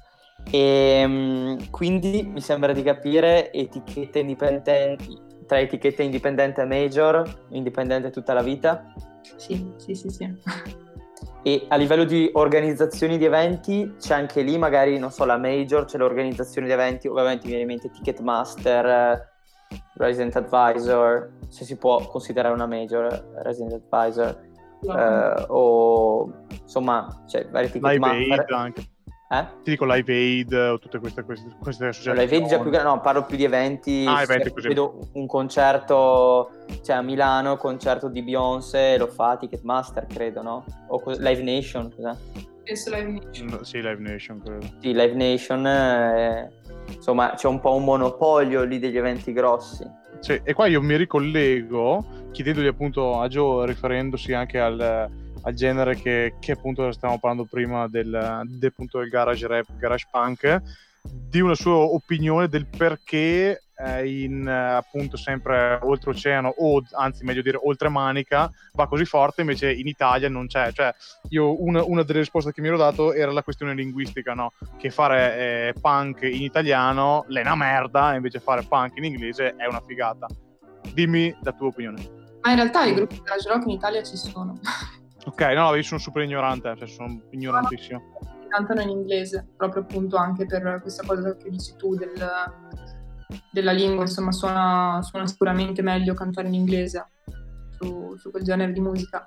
E quindi mi sembra di capire etichette indipendenti, tra etichette indipendente e major, indipendente tutta la vita. sì, sì, sì, sì. E a livello di organizzazioni di eventi c'è anche lì magari, non so, la major, c'è l'organizzazione di eventi, ovviamente mi viene in mente Ticketmaster, eh, Resident Advisor, se si può considerare una major, Resident Advisor, No. eh, o insomma, c'è vari Live Aid Ticketmaster. anche. Eh? Ti dico Live Aid o tutte queste, queste, queste associazioni. Live Aid già più grande, no, parlo più di eventi. Ah, eventi Se così. vedo un concerto, cioè a Milano, concerto di Beyoncé, lo fa Ticketmaster, credo, no? O cos- Live Nation, cos'è? Penso Live Nation. Mm, Sì, Live Nation, credo. Sì, Live Nation, eh, insomma, c'è un po' un monopolio lì degli eventi grossi. Sì, e qua io mi ricollego chiedendogli appunto a Joe, riferendosi anche al, al genere che, che appunto stavamo parlando prima del, del, appunto del garage rap, garage punk, di una sua opinione del perché eh, in eh, appunto sempre oltreoceano o anzi meglio dire oltremanica va così forte, invece in Italia non c'è. Cioè io una, una delle risposte che mi ero dato era la questione linguistica, no? Che fare eh, punk in italiano è una merda, e invece fare punk in inglese è una figata. Dimmi la tua opinione. Ma in realtà i gruppi di garage rock in Italia ci sono. Ok, no, io sono super ignorante, cioè sono ignorantissimo. Cantano in inglese, proprio appunto anche per questa cosa che dici tu del, della lingua, insomma suona, suona sicuramente meglio cantare in inglese su, su quel genere di musica.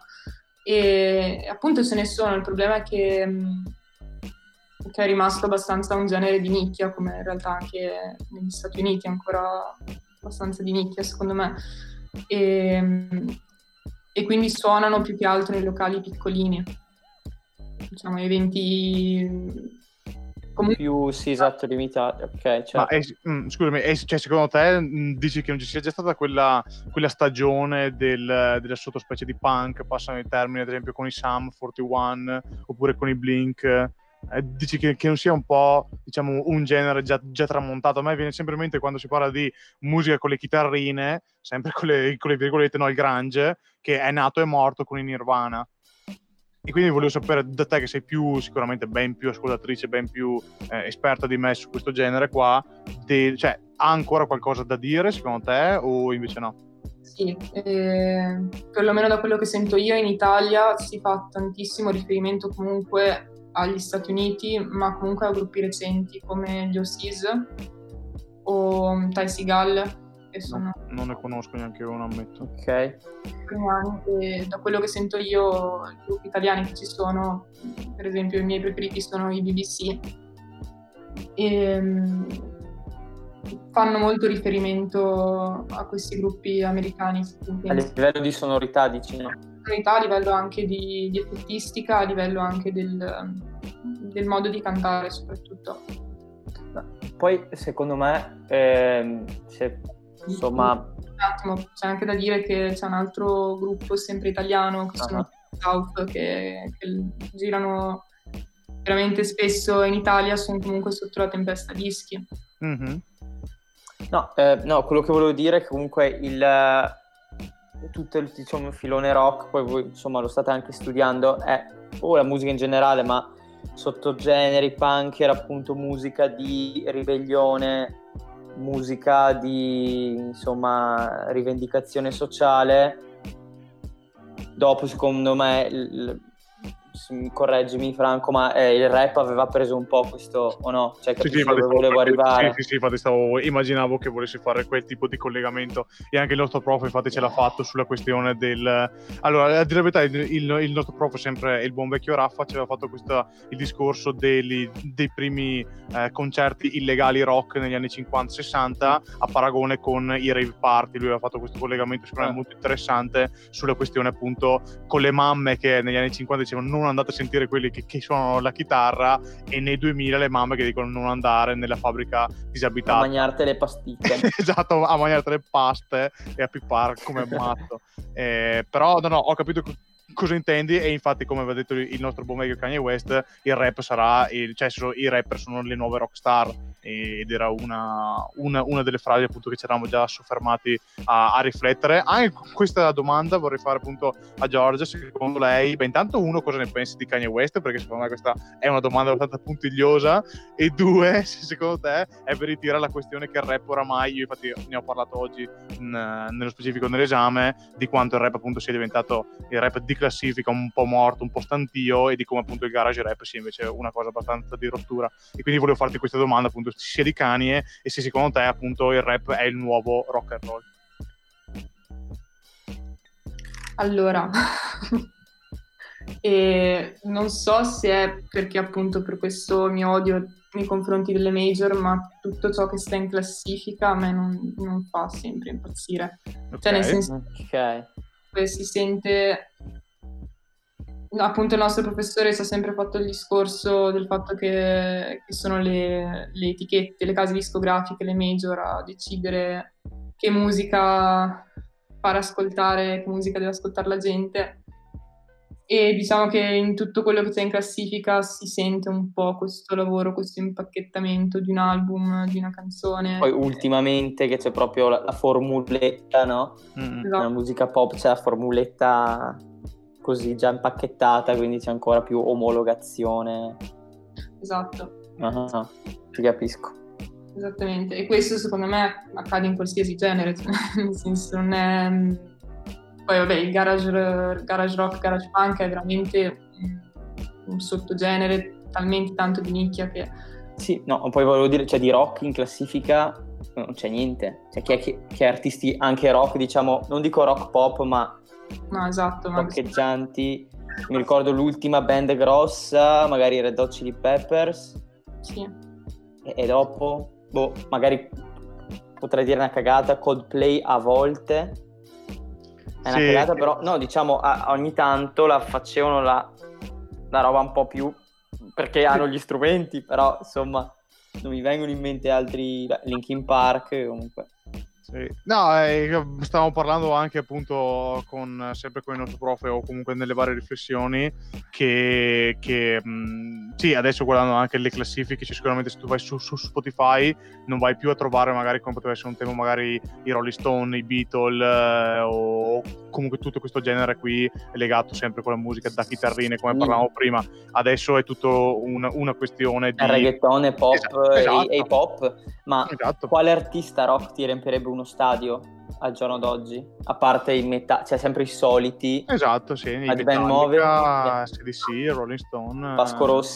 E appunto ce ne sono, il problema è che, mh, che è rimasto abbastanza un genere di nicchia, come in realtà anche negli Stati Uniti è ancora abbastanza di nicchia secondo me. E, mh, e quindi suonano più che altro nei locali piccolini, diciamo eventi comunque Più, sì, esatto, limitati, ok, certo. Ma è, mm, scusami, è, cioè, secondo te mm, dici che non ci sia già stata quella, quella stagione del, della sottospecie di punk, passano i termini ad esempio con i Sum quarantuno oppure con i Blink, eh, dici che, che non sia un po', diciamo, un genere già, già tramontato? A me viene sempre in mente quando si parla di musica con le chitarrine, sempre con le, con le virgolette, no, il grunge, che è nato e morto con i Nirvana. E quindi volevo sapere da te, che sei più sicuramente ben più ascoltatrice, ben più eh, esperta di me su questo genere qua, de- cioè ha ancora qualcosa da dire secondo te o invece no? sì, eh, perlomeno da quello che sento io in Italia si fa tantissimo riferimento comunque agli Stati Uniti, ma comunque a gruppi recenti come gli Oasis, o Ty Segall, che sono No, non ne conosco neanche uno, ammetto. Ok. italiani, e da quello che sento io, i gruppi italiani che ci sono, per esempio i miei preferiti sono i B B C, e mm, fanno molto riferimento a questi gruppi americani, A livello di sonorità, dici, no? a livello anche di, di effettistica, a livello anche del, del modo di cantare soprattutto. Poi, secondo me, ehm, se, insomma... Un attimo, c'è anche da dire che c'è un altro gruppo sempre italiano, che sono Uh-huh. South, che, che girano veramente spesso in Italia, sono comunque sotto la Tempesta Dischi. Mhm. No, eh, no, quello che volevo dire è che comunque il eh, tutto il, diciamo, filone rock, poi voi insomma lo state anche studiando, è o la musica in generale, ma sottogeneri punk era appunto musica di ribellione, musica di insomma rivendicazione sociale. Dopo, secondo me, il, il- correggimi Franco, ma eh, il rap aveva preso un po' questo, o no? Cioè, Sì, capisci sì, infatti dove stavo- volevo arrivare? Sì, sì, sì, infatti stavo, immaginavo che volessi fare quel tipo di collegamento, e anche il nostro prof infatti ce l'ha fatto sulla questione del... Allora, a dire la verità, il, il- il nostro prof, sempre il buon vecchio Raffa, ci aveva fatto questa, il discorso degli- dei primi eh, concerti illegali rock negli anni cinquanta sessanta, a paragone con i rave party. Lui aveva fatto questo collegamento secondo me Ah. molto interessante sulla questione appunto con le mamme che negli anni cinquanta dicevano non andate a sentire quelli che, che suonano la chitarra, e nei duemila le mamme che dicono non andare nella fabbrica A disabitata. mangiarti le pasticche. Esatto, a mangiare le paste e a pippare come un matto. Eh, però no, no, ho capito co- cosa intendi, e infatti come aveva detto il nostro buon vecchio Kanye West, il rap sarà, il, cioè so- i rapper sono le nuove rockstar, ed era una, una, una delle frasi appunto che ci eravamo già soffermati a, a riflettere. Anche con questa domanda vorrei fare appunto a Giorgia, secondo lei, beh intanto uno, cosa ne pensi di Kanye West, perché secondo me questa è una domanda abbastanza puntigliosa, e due, se secondo te è veritiera la questione che il rap oramai, io infatti ne ho parlato oggi in, nello specifico nell'esame, di quanto il rap appunto sia diventato il rap di classifica, un po' morto, un po' stantio, e di come appunto il garage rap sia invece una cosa abbastanza di rottura. E quindi volevo farti questa domanda appunto sia di Kanye, e se secondo te appunto il rap è il nuovo rock and roll. Allora, e non so se è perché appunto per questo mio odio nei confronti delle major, ma tutto ciò che sta in classifica a me non, non fa sempre impazzire. Cioè nel Ok. senso Ok. che si sente... Appunto il nostro professore ci ha sempre fatto il discorso del fatto che, che sono le, le etichette, le case discografiche, le major a decidere che musica far ascoltare, che musica deve ascoltare la gente, e diciamo che in tutto quello che c'è in classifica si sente un po' questo lavoro, questo impacchettamento di un album, di una canzone. Poi ultimamente che c'è proprio la, la formuletta, no? Mm. Esatto. Nella musica pop c'è la formuletta così già impacchettata, quindi c'è ancora più omologazione. Esatto. Ah, ah, ti capisco. Esattamente, e questo secondo me accade in qualsiasi genere, cioè, nel senso non è... Poi vabbè, il garage, garage rock, garage punk è veramente un, un sottogenere talmente tanto di nicchia che... Sì, no, poi volevo dire, cioè di rock in classifica non c'è niente. Cioè chi è che, che artisti anche rock, diciamo, non dico rock pop, ma No, esatto, ma... roccheggianti. Mi ricordo l'ultima band grossa, magari Red Hot Chili Peppers, Sì, e, e dopo, boh, magari potrei dire una cagata, Coldplay a volte. È una Sì. cagata, però no, diciamo a- ogni tanto la facevano la, la roba un po' più perché hanno gli strumenti, però insomma non mi vengono in mente altri. Beh, Linkin Park comunque. Sì. No, eh, stavamo parlando anche appunto con sempre con il nostro prof, o comunque nelle varie riflessioni, che, che mh, sì, adesso guardando anche le classifiche, cioè sicuramente se tu vai su, su Spotify non vai più a trovare magari come poteva essere un tema magari i Rolling Stone, i Beatles, eh, o comunque tutto questo genere qui legato sempre con la musica da chitarrine come Sì. parlavamo prima. Adesso è tutto una, una questione di Il reggaeton e pop Esatto, e- esatto. e hip hop, ma Esatto. quale artista rock ti riempirebbe uno stadio al giorno d'oggi? A parte i metà, cioè sempre i soliti, Esatto, sì, i Ad Ben Move, Metallica, C D C, Rolling Stone, Vasco Rossi.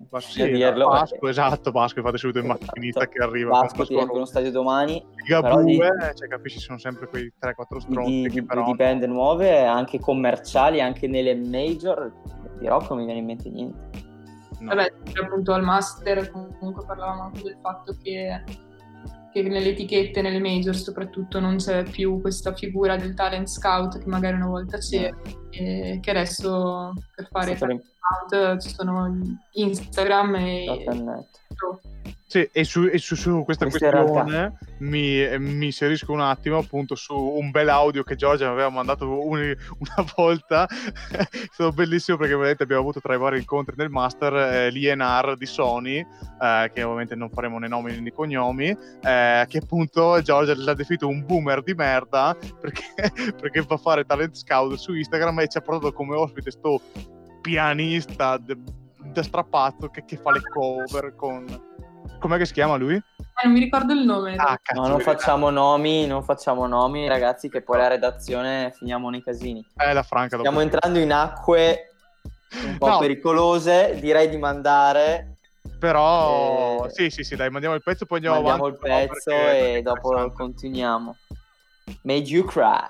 Basco, Bisogna sì, dirlo, Basco, perché- esatto, Basco, infatti subito in Esatto. macchinetta che arriva. Basco con ti riempie uno stadio domani. Liga però di- due, cioè capisci, sono sempre quei tre quattro di, stronzi di, che di- però di band nuove, anche commerciali, anche nelle major. Di rock non mi viene in mente niente. no. Vabbè, appunto al master comunque parlavamo anche del fatto che, che nelle etichette, nelle major soprattutto, non c'è più questa figura del talent scout che magari una volta c'era, e che adesso per fare Sempre talent scout ci sono Instagram e internet. Sì, e su, e su, su questa Questa in questione mi, eh, mi inserisco un attimo appunto su un bel audio che Giorgia mi aveva mandato un- una volta. È stato bellissimo perché vedete abbiamo avuto tra i vari incontri del master eh, l'I N R di Sony, eh, che ovviamente non faremo né nomi né cognomi, eh, che appunto Giorgia l'ha definito un boomer di merda perché, perché va a fare talent scout su Instagram e ci ha portato come ospite sto pianista de- da strapazzo che, che fa le cover con... Com'è che si chiama lui? Eh, non mi ricordo il nome. Ah, cazzo, No, non vedi. facciamo nomi, non facciamo nomi, ragazzi, che poi la redazione finiamo nei casini. Eh, la Franca dopo. Stiamo entrando in acque un po' No. pericolose, direi di mandare. Però Eh, sì, sì, sì, dai, mandiamo il pezzo, poi andiamo Mandiamo avanti. il però, pezzo perché- e perché è dopo interessante. continuiamo. Made You Cry.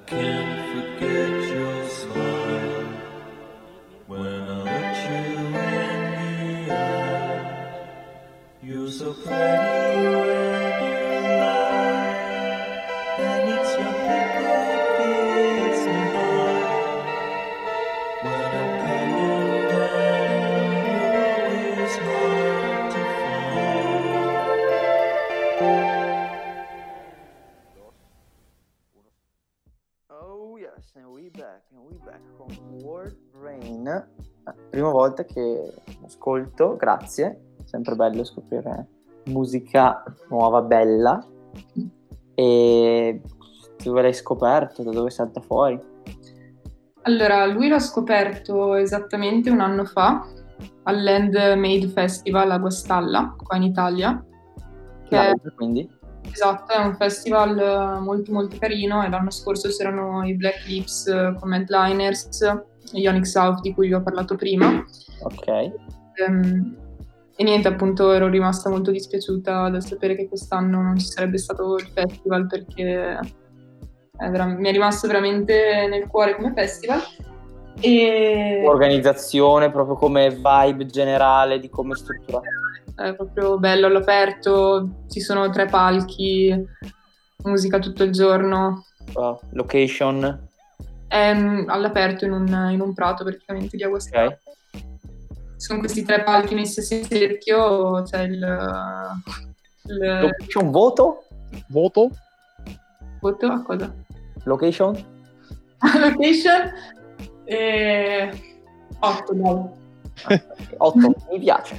can't forget your smile. When I look you in the eye, you're so pretty when you lie, and it's your pick that beats me high. When I'm coming down, you're always hard to Oh yes, and we back, and we back con World Brain. Eh, Prima volta che ascolto, grazie. Sempre bello scoprire musica nuova, bella. E dove l'hai scoperto? Da dove salta fuori? Allora, lui l'ho scoperto esattamente un anno fa al Land Made Festival a Guastalla, qua in Italia. Che è, Live, quindi? esatto, è un festival eh, molto molto carino e l'anno scorso c'erano i Black Lips eh, come headliners, Ionic South di cui vi ho parlato prima. Ok. Ehm, e niente, appunto ero rimasta molto dispiaciuta dal sapere che quest'anno non ci sarebbe stato il festival perché è vera- mi è rimasto veramente nel cuore come festival. E Organizzazione, proprio come vibe generale di come è strutturato. è proprio bello all'aperto, ci sono tre palchi, musica tutto il giorno. Wow. Location, È mm, all'aperto in un, in un prato praticamente di Aguascalientes. ok. Ci sono questi tre palchi messi in cerchio, c'è il, il Location, voto? Voto? voto a cosa? Location? Location e otto, dai. otto, mi piace.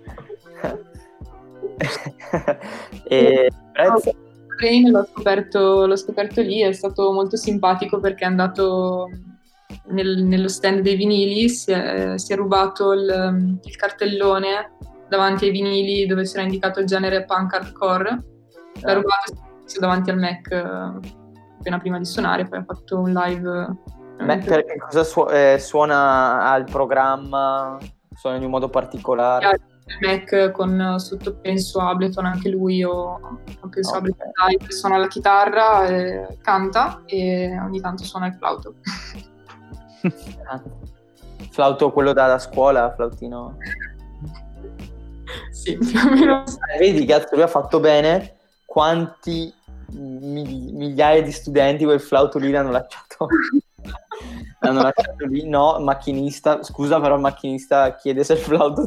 E prezzo? Brain l'ho scoperto, l'ho scoperto lì, è stato molto simpatico perché è andato nel- nello stand dei vinili, si è, si è rubato il, il cartellone davanti ai vinili dove c'era indicato il genere punk hardcore, l'ha Ah. rubato e si è messo davanti al Mac eh, appena prima di suonare, poi ha fatto un live. eh, Beh, perché cosa su- eh, suona al programma? Suona in un modo particolare? il Mac con sotto penso Ableton anche lui o o penso Ok. Ableton Live, suona la chitarra, e canta e ogni tanto suona il flauto. Ah. Flauto quello da, da scuola, flautino. Sì, più o meno. Eh, Vedi, cazzo, lui ha fatto bene. Quanti mi- migliaia di studenti quel flauto lì l'hanno lasciato. L'hanno lasciato lì. No, macchinista. Scusa, però il macchinista chiede se il flauto.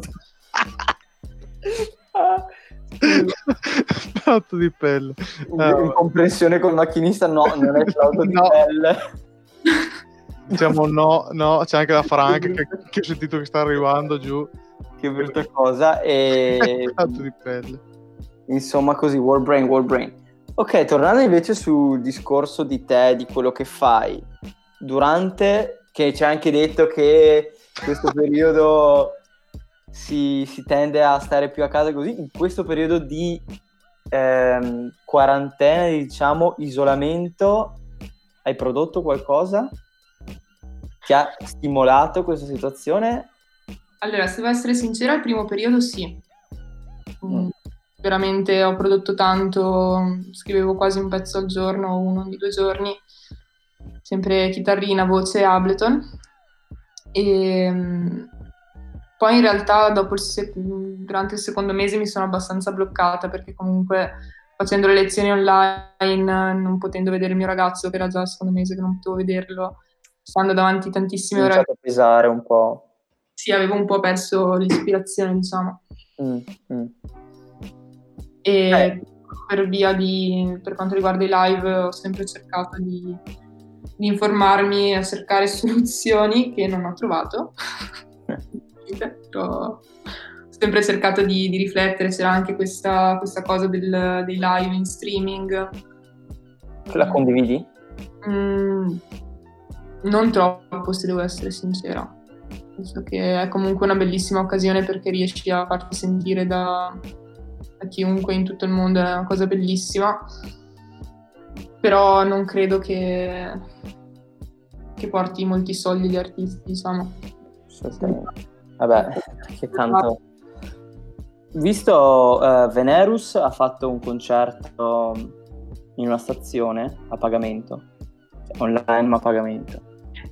Ah, Fatto di pelle. in, Eh, in comprensione col macchinista, no, non è il flauto di No. pelle. diciamo no, no, c'è anche la Frank che, che ho sentito che sta arrivando giù. Che brutta cosa. E Fatto di pelle. insomma, così, Warbrain, Warbrain. Ok, tornando invece sul discorso di te, di quello che fai, durante, che ci hai anche detto che in questo periodo si, si tende a stare più a casa così, in questo periodo di ehm, quarantena, diciamo, isolamento, hai prodotto qualcosa? Ti ha stimolato questa situazione? Allora, se devo essere sincera, il primo periodo sì. Mm, Mm. Veramente ho prodotto tanto, scrivevo quasi un pezzo al giorno, uno ogni due giorni, sempre chitarrina, voce, Ableton. E mm, poi in realtà dopo il sec- durante il secondo mese mi sono abbastanza bloccata perché comunque facendo le lezioni online, non potendo vedere il mio ragazzo, che era già il secondo mese che non potevo vederlo, stando davanti È tantissime ore, iniziato a pesare un po'. sì, avevo un po' perso l'ispirazione, diciamo. Mm, mm. E Eh. per via di, per quanto riguarda i live, ho sempre cercato di, di informarmi, a cercare soluzioni che non ho trovato. Però ho sempre cercato di, di riflettere, c'era anche questa, questa cosa del- dei live in streaming. Che la condividi? Mm, non troppo, se devo essere sincera. Penso che è comunque una bellissima occasione perché riesci a farti sentire da, da chiunque in tutto il mondo, è una cosa bellissima. Però non credo che, che porti molti soldi agli artisti, diciamo. Assolutamente. Vabbè, che tanto. Visto eh, Venerus ha fatto un concerto in una stazione a pagamento online ma a pagamento.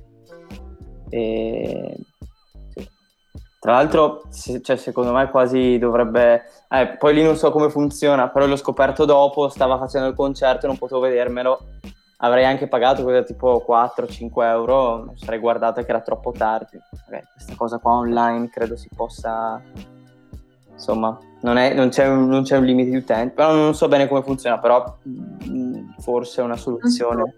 E... sì. Tra l'altro, se- cioè, secondo me quasi dovrebbe... Eh, poi lì non so come funziona, però l'ho scoperto dopo, stava facendo il concerto, non potevo vedermelo. Avrei anche pagato cosa tipo quattro cinque euro, non sarei guardato che era troppo tardi. Magari questa cosa qua online credo si possa... Insomma, non, è, non, c'è un, non c'è un limite di utenti, però non so bene come funziona, però mh, forse è una soluzione.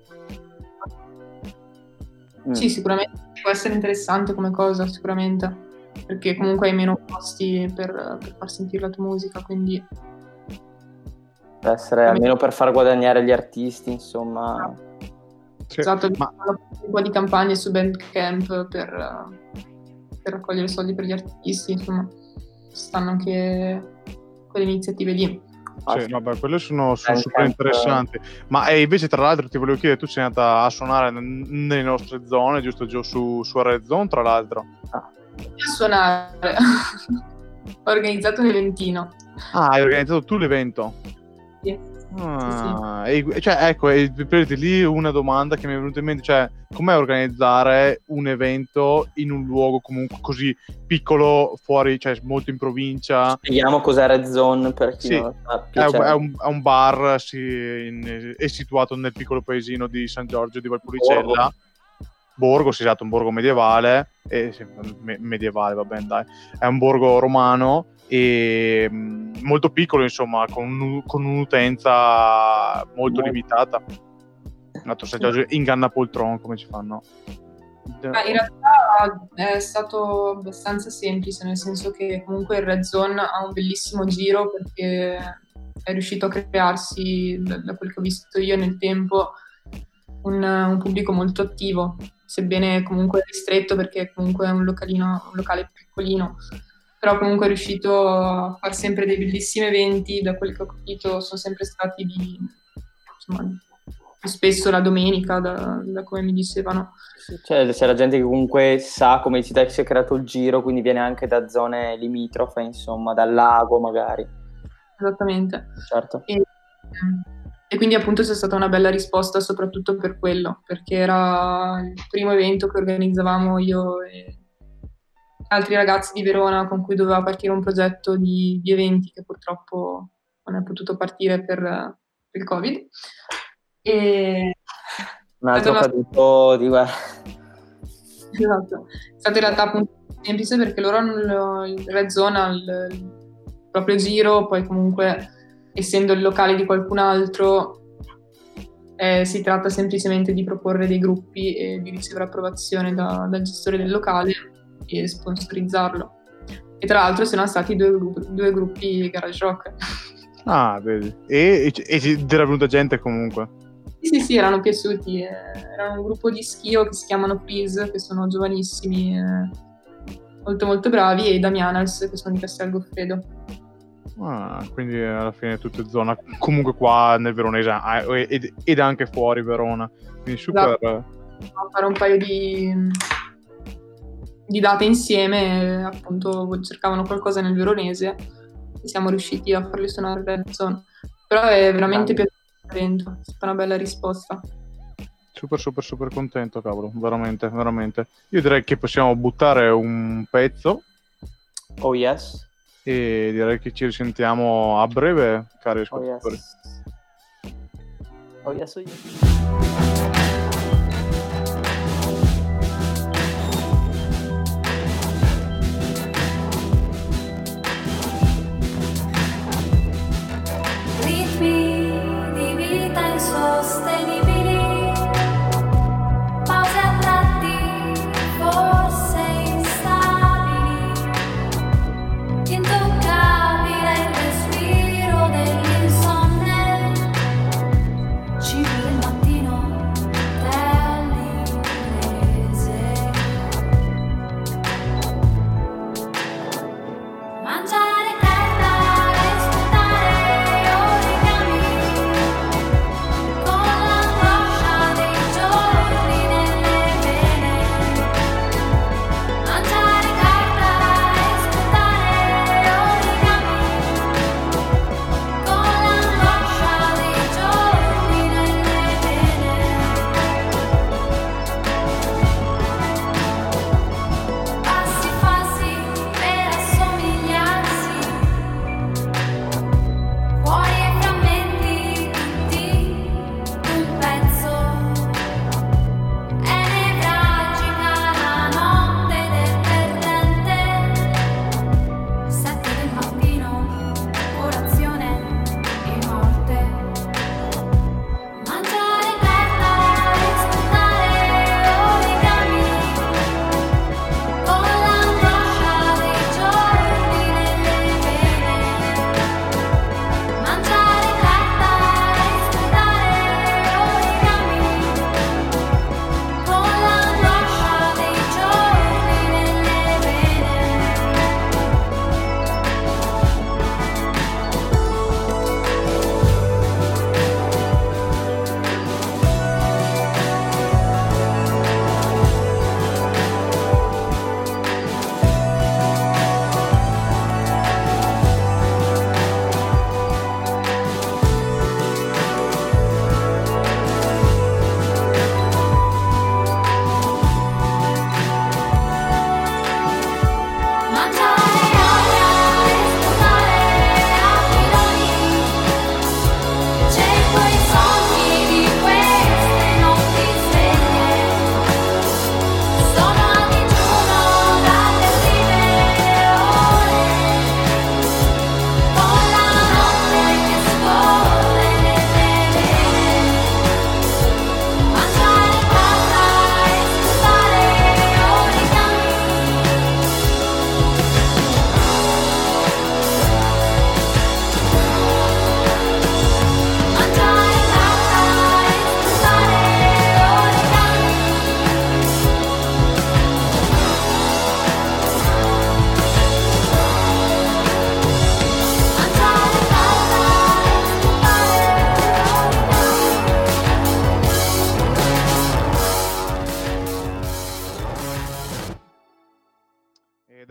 Mm. Sì, sicuramente può essere interessante come cosa, sicuramente, perché comunque hai meno costi per, per far sentire la tua musica, quindi Per essere, almeno per far guadagnare gli artisti, insomma. Sì, esatto, ma un po' di campagne su Bandcamp per, per raccogliere soldi per gli artisti, insomma, stanno anche quelle iniziative lì. sì, vabbè, quelle sono, sono Bandcamp, super interessanti. Ma e invece, tra l'altro, ti volevo chiedere, tu sei andata a suonare n- nelle nostre zone, giusto giù su, su Red Zone, tra l'altro. A suonare ho organizzato un eventino. Ah, hai organizzato tu l'evento? Sì. Ah, e, cioè, ecco, e, per lì una domanda che mi è venuta in mente, cioè, com'è organizzare un evento in un luogo comunque così piccolo, fuori, cioè molto in provincia? Spieghiamo cos'è Red Zone per chi Sì, non lo è, sappia. un, è, un, è un bar, sì, in- è situato nel piccolo paesino di San Giorgio di Valpolicella. Borgo. Borgo, sì, esatto, un borgo medievale, eh, sì, me- medievale, va bene, dai, è un borgo romano e mh, molto piccolo, insomma, con, un- con un'utenza molto Molto. limitata. Nato San Giorgio inganna poltron, come ci fanno. Ma in realtà è stato abbastanza semplice, nel senso che comunque il Red Zone ha un bellissimo giro perché è riuscito a crearsi, da, da quel che ho visto io nel tempo, un, un pubblico molto attivo, sebbene comunque ristretto perché comunque è un localino, un locale piccolino, però comunque è riuscito a fare sempre dei bellissimi eventi, da quel che ho capito sono sempre stati di, insomma, spesso la domenica, da, da come mi dicevano. Cioè, c'è la gente che comunque sa, come dici te, che si è creato il giro, quindi viene anche da zone limitrofe, insomma, dal lago magari. Esattamente. Certo. E, e quindi appunto c'è stata una bella risposta soprattutto per quello, perché era il primo evento che organizzavamo io e altri ragazzi di Verona con cui doveva partire un progetto di, di eventi che purtroppo non è potuto partire per, per il Covid. E Un altro è stata caduto di guerra. Esatto. È stato in realtà appunto semplice perché loro hanno il il Red Zone, ha il, il proprio giro, poi comunque essendo il locale di qualcun altro eh, si tratta semplicemente di proporre dei gruppi e di ricevere approvazione da- dal gestore del locale e sponsorizzarlo. E tra l'altro sono stati due, gruppi- due gruppi garage rock. Ah, vedi. E, e, e ci- era venuta gente comunque. Sì, sì, sì, erano piaciuti. eh, Erano un gruppo di schio che si chiamano Freeze, che sono giovanissimi, eh, molto molto bravi, e i Damianals, che sono di Castel Goffredo. Ah, quindi alla fine tutte zone comunque qua nel Veronese ah, ed, ed anche fuori Verona. Quindi super. Esatto. A fare un paio di, di date insieme, appunto cercavano qualcosa nel Veronese e siamo riusciti a farli suonare Red Zone. Però è veramente Grande. piaciuto l'evento, è stata una bella risposta. Super super super contento, cavolo, veramente, veramente. Io direi che possiamo buttare un pezzo Oh yes. e direi che ci risentiamo a breve, cari Oh ascoltatori. yes. Oh yes, oh yes. Ritmi di vita insostenibili, pause a tratti forse instabili, intoccabile il respiro dell'insonne, cibo del mattino,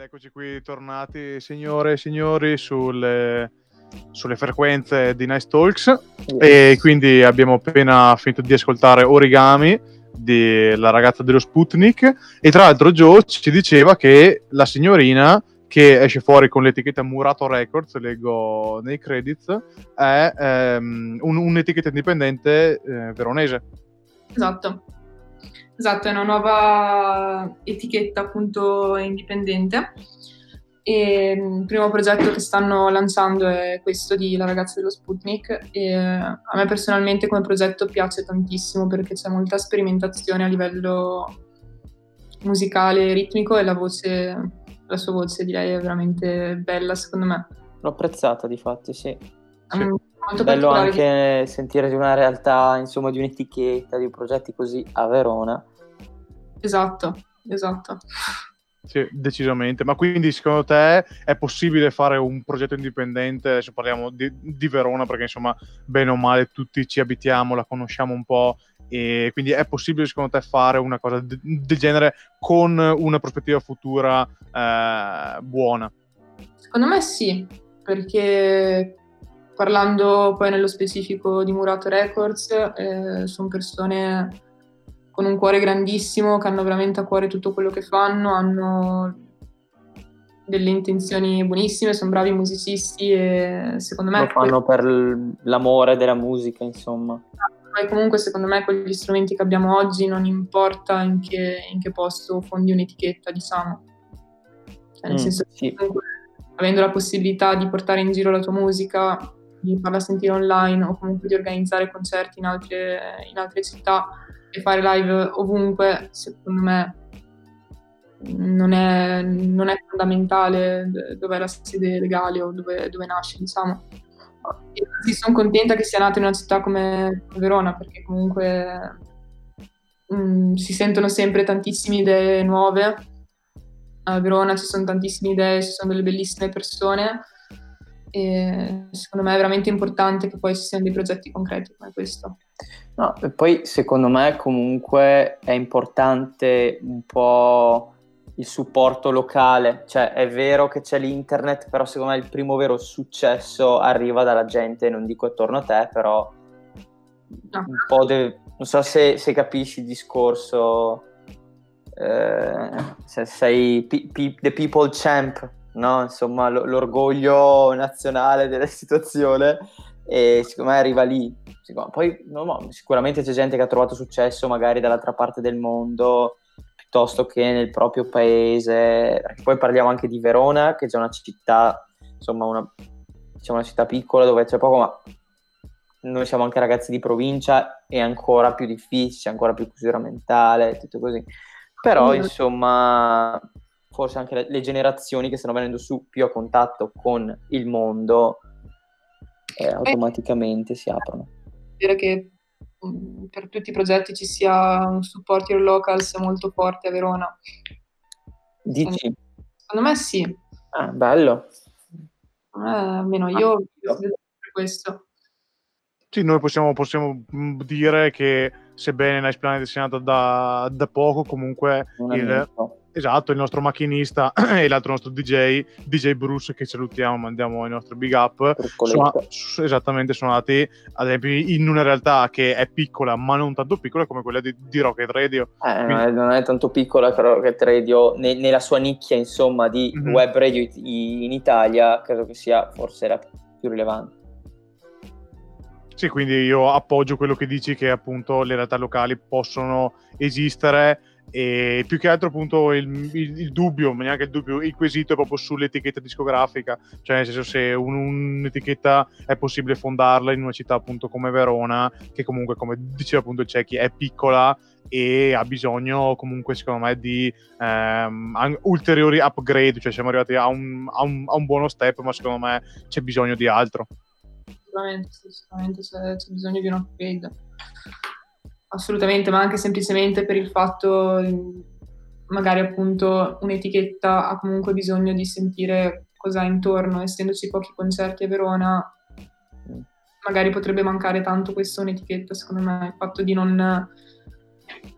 Eccoci qui tornati, signore e signori, sulle, sulle frequenze di Nice Talks. E quindi abbiamo appena finito di ascoltare Origami della ragazza dello Sputnik. E tra l'altro Joe ci diceva che la signorina che esce fuori con l'etichetta Murato Records, leggo nei credits, è ehm, un, un'etichetta indipendente eh, veronese. Esatto. Esatto, è una nuova etichetta appunto indipendente e il primo progetto che stanno lanciando è questo di La ragazza dello Sputnik e a me personalmente come progetto piace tantissimo perché c'è molta sperimentazione a livello musicale e ritmico e la voce, la sua voce direi è veramente bella secondo me. L'ho apprezzata difatti, sì. Sì. Um, molto Bello particolare. anche sentire di una realtà, insomma, di un'etichetta, di progetti così a Verona. Esatto, esatto. Sì, decisamente. Ma quindi secondo te è possibile fare un progetto indipendente? Adesso parliamo di, di Verona perché insomma bene o male tutti ci abitiamo, la conosciamo un po', e quindi è possibile secondo te fare una cosa de- del genere con una prospettiva futura eh, buona? Secondo me sì, perché parlando poi nello specifico di Murato Records, eh, sono persone con un cuore grandissimo, che hanno veramente a cuore tutto quello che fanno, hanno delle intenzioni buonissime, sono bravi musicisti e secondo me... Lo fanno per l'amore della musica, insomma. E comunque secondo me con gli strumenti che abbiamo oggi non importa in che, in che posto fondi un'etichetta, diciamo. Cioè, nel Mm, senso che sì. comunque avendo la possibilità di portare in giro la tua musica, di farla sentire online o comunque di organizzare concerti in altre, in altre città e fare live ovunque, secondo me non è, non è fondamentale dov'è la sede legale o dove, dove nasce, diciamo. E anzi, sono contenta che sia nata in una città come Verona perché comunque mh, si sentono sempre tantissime idee nuove. A Verona ci sono tantissime idee, ci sono delle bellissime persone e secondo me è veramente importante che poi ci siano dei progetti concreti come questo. No, e poi secondo me comunque è importante un po' il supporto locale, cioè è vero che c'è l'internet, però secondo me il primo vero successo arriva dalla gente, non dico attorno a te, però No. un po' deve, non so se, se capisci il discorso, eh, se sei pe- pe- the people champ, no? Insomma l- l'orgoglio nazionale della situazione e secondo me arriva lì. Secondo- poi no, no, sicuramente c'è gente che ha trovato successo magari dall'altra parte del mondo piuttosto che nel proprio paese, perché poi parliamo anche di Verona che è già una città, insomma una, diciamo una città piccola dove c'è poco, ma noi siamo anche ragazzi di provincia, è ancora più difficile, ancora più chiusura mentale, tutto così. Però Mm. insomma forse anche le, le generazioni che stanno venendo su più a contatto con il mondo eh, automaticamente si aprono. Dire che mh, per tutti i progetti ci sia un support your locals molto forte a Verona. Dici? Secondo me sì, Ah, bello. secondo me, almeno io vedo per questo. Sì, noi possiamo, possiamo mh, dire che sebbene Nice Planet sia nato da, da poco, comunque Un il, amico. esatto, il nostro macchinista e l'altro nostro D J, D J Bruce, che salutiamo, mandiamo i nostri big up, sono, Truccoletto. s- esattamente, sono nati ad esempio in una realtà che è piccola ma non tanto piccola come quella di, di Rocket Radio. Eh, non, è, non è tanto piccola Rocket Radio ne- nella sua nicchia, insomma, di Mhm. web radio it- in Italia, credo che sia forse la più rilevante. Sì, quindi io appoggio quello che dici, che appunto le realtà locali possono esistere, e più che altro appunto il, il- il dubbio, ma neanche il dubbio, il quesito è proprio sull'etichetta discografica, cioè nel senso se un- un'etichetta è possibile fondarla in una città appunto come Verona, che comunque come diceva appunto il Cecchi è piccola e ha bisogno comunque secondo me di ehm, an- ulteriori upgrade, cioè siamo arrivati a un, a un- a un buono step, ma secondo me c'è bisogno di altro. Sicuramente, sì, sicuramente c'è, c'è bisogno di un upgrade. Assolutamente, ma anche semplicemente per il fatto, eh, magari appunto un'etichetta ha comunque bisogno di sentire cosa ha intorno, essendoci pochi concerti a Verona, magari potrebbe mancare tanto questo un'etichetta, secondo me, il fatto di non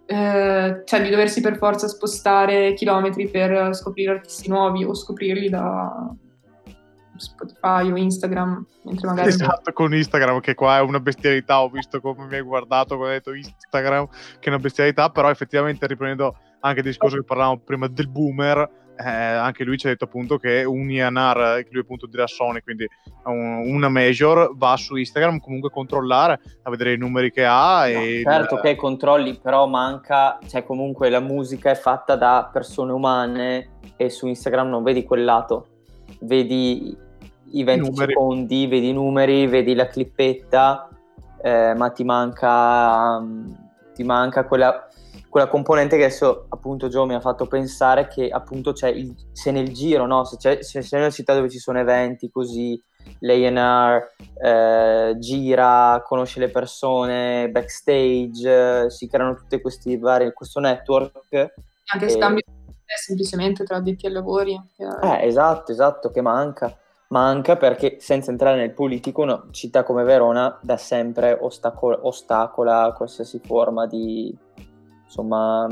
eh, cioè di doversi per forza spostare chilometri per scoprire artisti nuovi o scoprirli da Spotify o Instagram, mentre magari esatto, con Instagram, che qua è una bestialità. Ho visto come mi hai guardato quando hai detto Instagram, che è una bestialità, però effettivamente, riprendendo anche il discorso che parlavamo prima del boomer, eh, anche lui ci ha detto appunto che un I N R, che lui appunto della Sony, quindi un, una major, va su Instagram comunque a controllare, a vedere i numeri che ha. No, e certo il... che controlli, però manca, cioè comunque la musica è fatta da persone umane e su Instagram non vedi quel lato, vedi i venti secondi, vedi i numeri, vedi la clippetta, eh, ma ti manca ti manca quella, quella componente che adesso appunto Joe mi ha fatto pensare, che appunto c'è il, se nel giro, no? Se c'è, se c'è una città dove ci sono eventi così, l'A and R eh, gira, conosce le persone backstage, eh, si creano tutte questi vari, questo network. Anche e... scambi semplicemente tra addetti ai lavori. Eh, esatto, esatto, che manca. Manca perché, senza entrare nel politico, una città come Verona da sempre ostacola, ostacola qualsiasi forma di, insomma,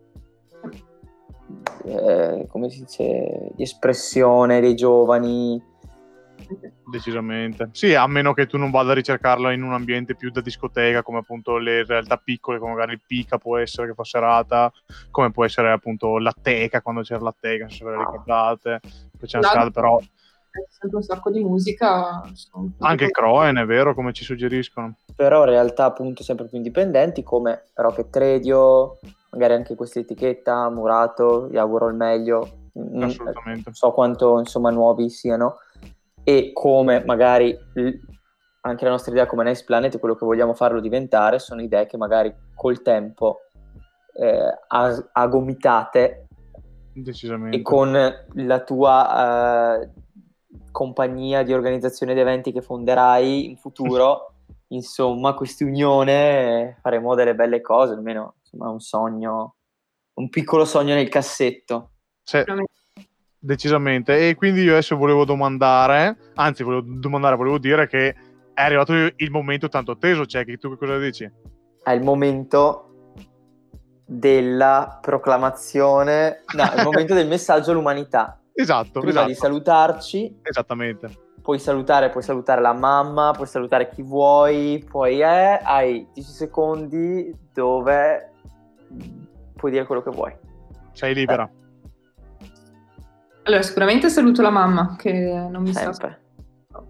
eh, come si dice, di espressione dei giovani. Decisamente. Sì, a meno che tu non vada a ricercarla in un ambiente più da discoteca, come appunto le realtà piccole, come magari il Pica può essere, che fa serata, come può essere appunto la Teca, quando c'era la Teca, se ve la ricordate. Poi c'è una strada, però... C'è sempre un sacco di musica. Anche il Croen, è vero, come ci suggeriscono. Però in realtà appunto sempre più indipendenti, come Rocket Radio, magari anche questa etichetta, Murato, gli auguro il meglio. Assolutamente. Non so quanto insomma nuovi siano. E come magari anche la nostra idea come Nice Planet, quello che vogliamo farlo diventare, sono idee che magari col tempo eh, a, a gomitate, decisamente, e con la tua eh, compagnia di organizzazione di eventi che fonderai in futuro, insomma, quest'unione, faremo delle belle cose, almeno insomma un sogno, un piccolo sogno nel cassetto. Cioè, decisamente. E quindi io adesso volevo domandare, anzi volevo domandare, volevo dire che è arrivato il momento tanto atteso, cioè, che tu che cosa dici? È il momento della proclamazione, no, il momento del messaggio all'umanità. Esatto, prima esatto. di salutarci. Esattamente. Puoi salutare, puoi salutare la mamma, puoi salutare chi vuoi, poi eh, hai dieci secondi dove puoi dire quello che vuoi. Sei libera. Eh. Allora, sicuramente saluto la mamma, che non mi Sempre. sta...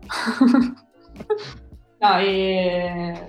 No, e...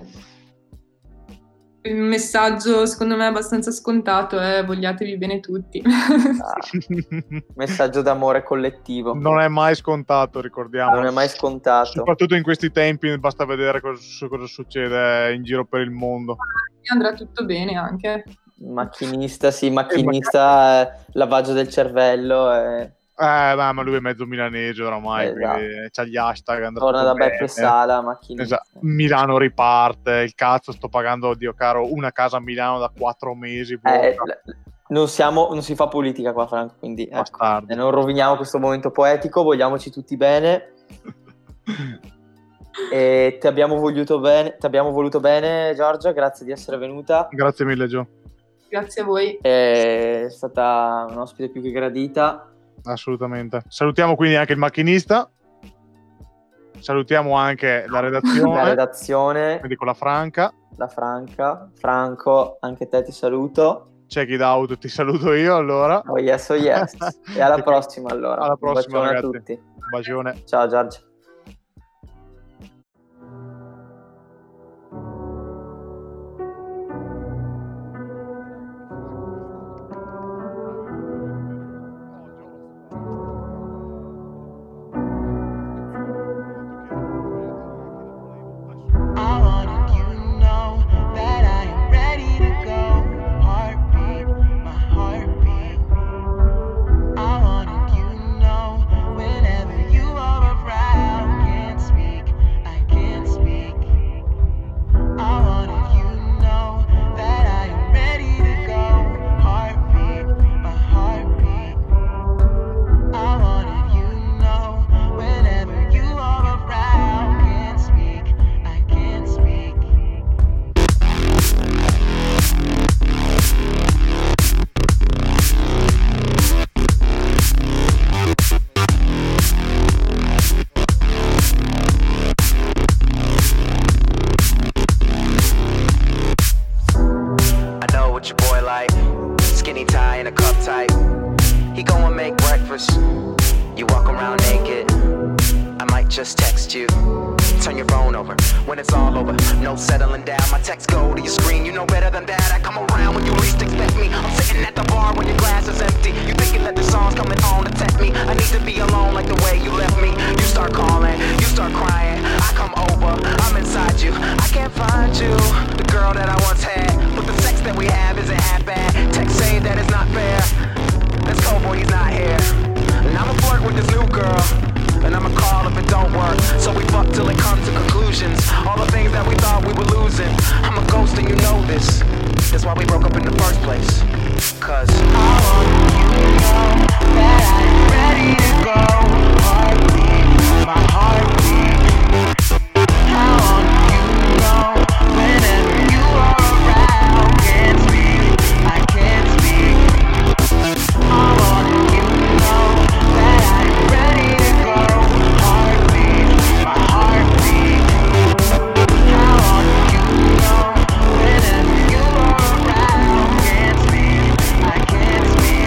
il messaggio secondo me abbastanza scontato è vogliatevi bene tutti. Ah, messaggio d'amore collettivo. Non è mai scontato, ricordiamo. Non è mai scontato. Soprattutto in questi tempi, basta vedere cosa, cosa succede in giro per il mondo. Andrà tutto bene anche. Macchinista, sì, macchinista, eh, lavaggio del cervello. Eh. Eh, ma, ma lui è mezzo milanese oramai, Esatto. quindi c'ha gli hashtag. Torna da Beppe Sala, macchinista. Esatto. Milano riparte, il cazzo, sto pagando, Dio caro, una casa a Milano da quattro mesi. Eh, non, siamo, non si fa politica qua, Franco, quindi ecco, eh, non roviniamo questo momento poetico, vogliamoci tutti bene. E ti abbiamo voluto bene, ti abbiamo voluto bene, Giorgia, grazie di essere venuta. Grazie mille, Gio. Grazie a voi. È stata un ospite più che gradita. Assolutamente. Salutiamo quindi anche il macchinista. Salutiamo anche la redazione. La redazione. Quindi con la Franca. La Franca. Franco, anche te ti saluto. Check it out, ti saluto io allora. Oh yes, oh yes. E alla prossima allora. Alla prossima, un bacione ragazzi. a tutti. Un bacione. Ciao Giorgia. Whenever you are around skinny tie and a cup tight. He go and make breakfast. You walk around naked. I might just text you. Turn your phone over when it's all over. No settling down. My texts go to your screen. You know better than that. I come around when you least expect me. I'm sitting at the bar when your glass is empty. You thinking that the song's coming on to tempt me. I need to be alone like the way you left me. You start calling, you start crying. I come over, I'm inside you. I can't find you, the girl that I once had. But the sex that we have isn't half bad. Text say that it's not fair. Let's go, boy, he's not here. And I'ma flirt with this new girl. And I'ma call if it don't work. So we fuck till it comes to conclusions. All the things that we thought we were losing. I'm a ghost and you know this. That's why we broke up in the first place. Cause I want you to know that I'm ready to go. Heartbeat, my heartbeat. I want you to know whenever you are around. Can't speak, I can't speak. I want you to know that I'm ready to go. Heartbeat, my heartbeat. I want you to know whenever you are around. Can't speak, I can't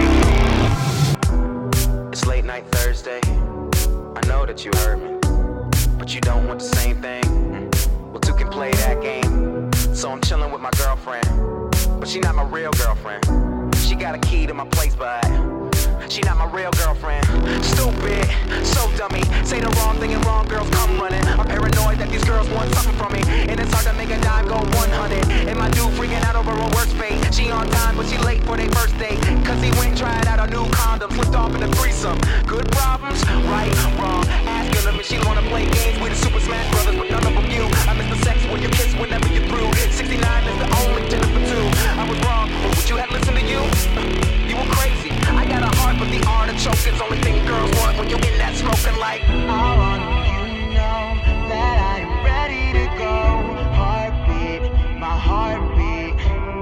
speak. It's late night Thursday. I know that you heard me, but you don't want the same thing. Well, two can play that game. So I'm chilling with my girlfriend, but she not my real girlfriend. She got a key to my place, but she not my real girlfriend. Stupid, so dummy. Say the wrong thing and wrong girls come running. I'm paranoid that these girls want something from me, and it's hard to make a dime go one hundred. And my dude freaking out over her worst fate. She on time, but she late for their first date. Cause he went and tried out a new condom, flipped off in a threesome. Good problems, right, wrong. Ask her if she wanna play games with the Super Smash Brothers, but none of them you. I miss the sex when you kiss whenever you're through. sixty-nine is the only dinner for two. I was wrong, but would you have listened to you? You were crazy. I got a heart, but the artichoke is only thing girls want when you in that smoking like. I want you to know that I'm ready to go. Heartbeat, my heartbeat.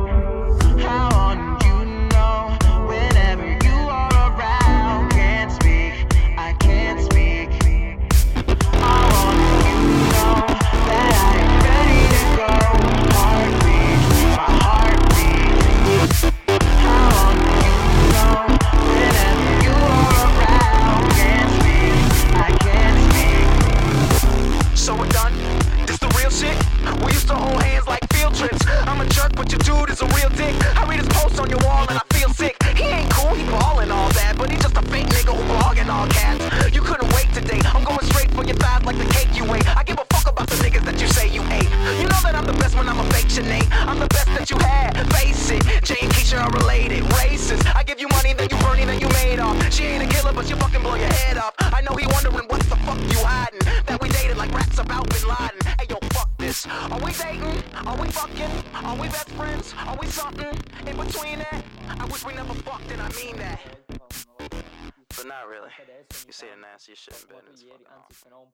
I want you to know whenever you are around. Can't speak, I can't speak. I want you to know that I'm ready to go. Heartbeat, my heartbeat. I want you to know whenever you are around. Can't speak, I can't speak. So we're done? This the real shit? We used to hold hands like field trips. I'm a jerk, but your dude is a real dick. I read his posts on your wall and I feel sick. He ain't cool, he ballin' all that, but he's just a fake nigga who blogging all cats. You couldn't wait today. I'm going straight for your thighs like the cake you ate. I give a fuck about the niggas that you say you hate. You know that I'm the best when I'm a fake Sinead. I'm the best that you had, face it. Jay and Keisha are related, racist. I give you money, then you burning, then you made off. She ain't a killer, but she fucking blow your head up. I know he wondering what the fuck you hiding. That we dated like rats about Bin Laden. Hey yo, fuck this. Are we dating? Are we fucking? Are we best friends? Are we something in between that? I wish we never fucked and I mean that. But not really. You say the nastiest shit in bed.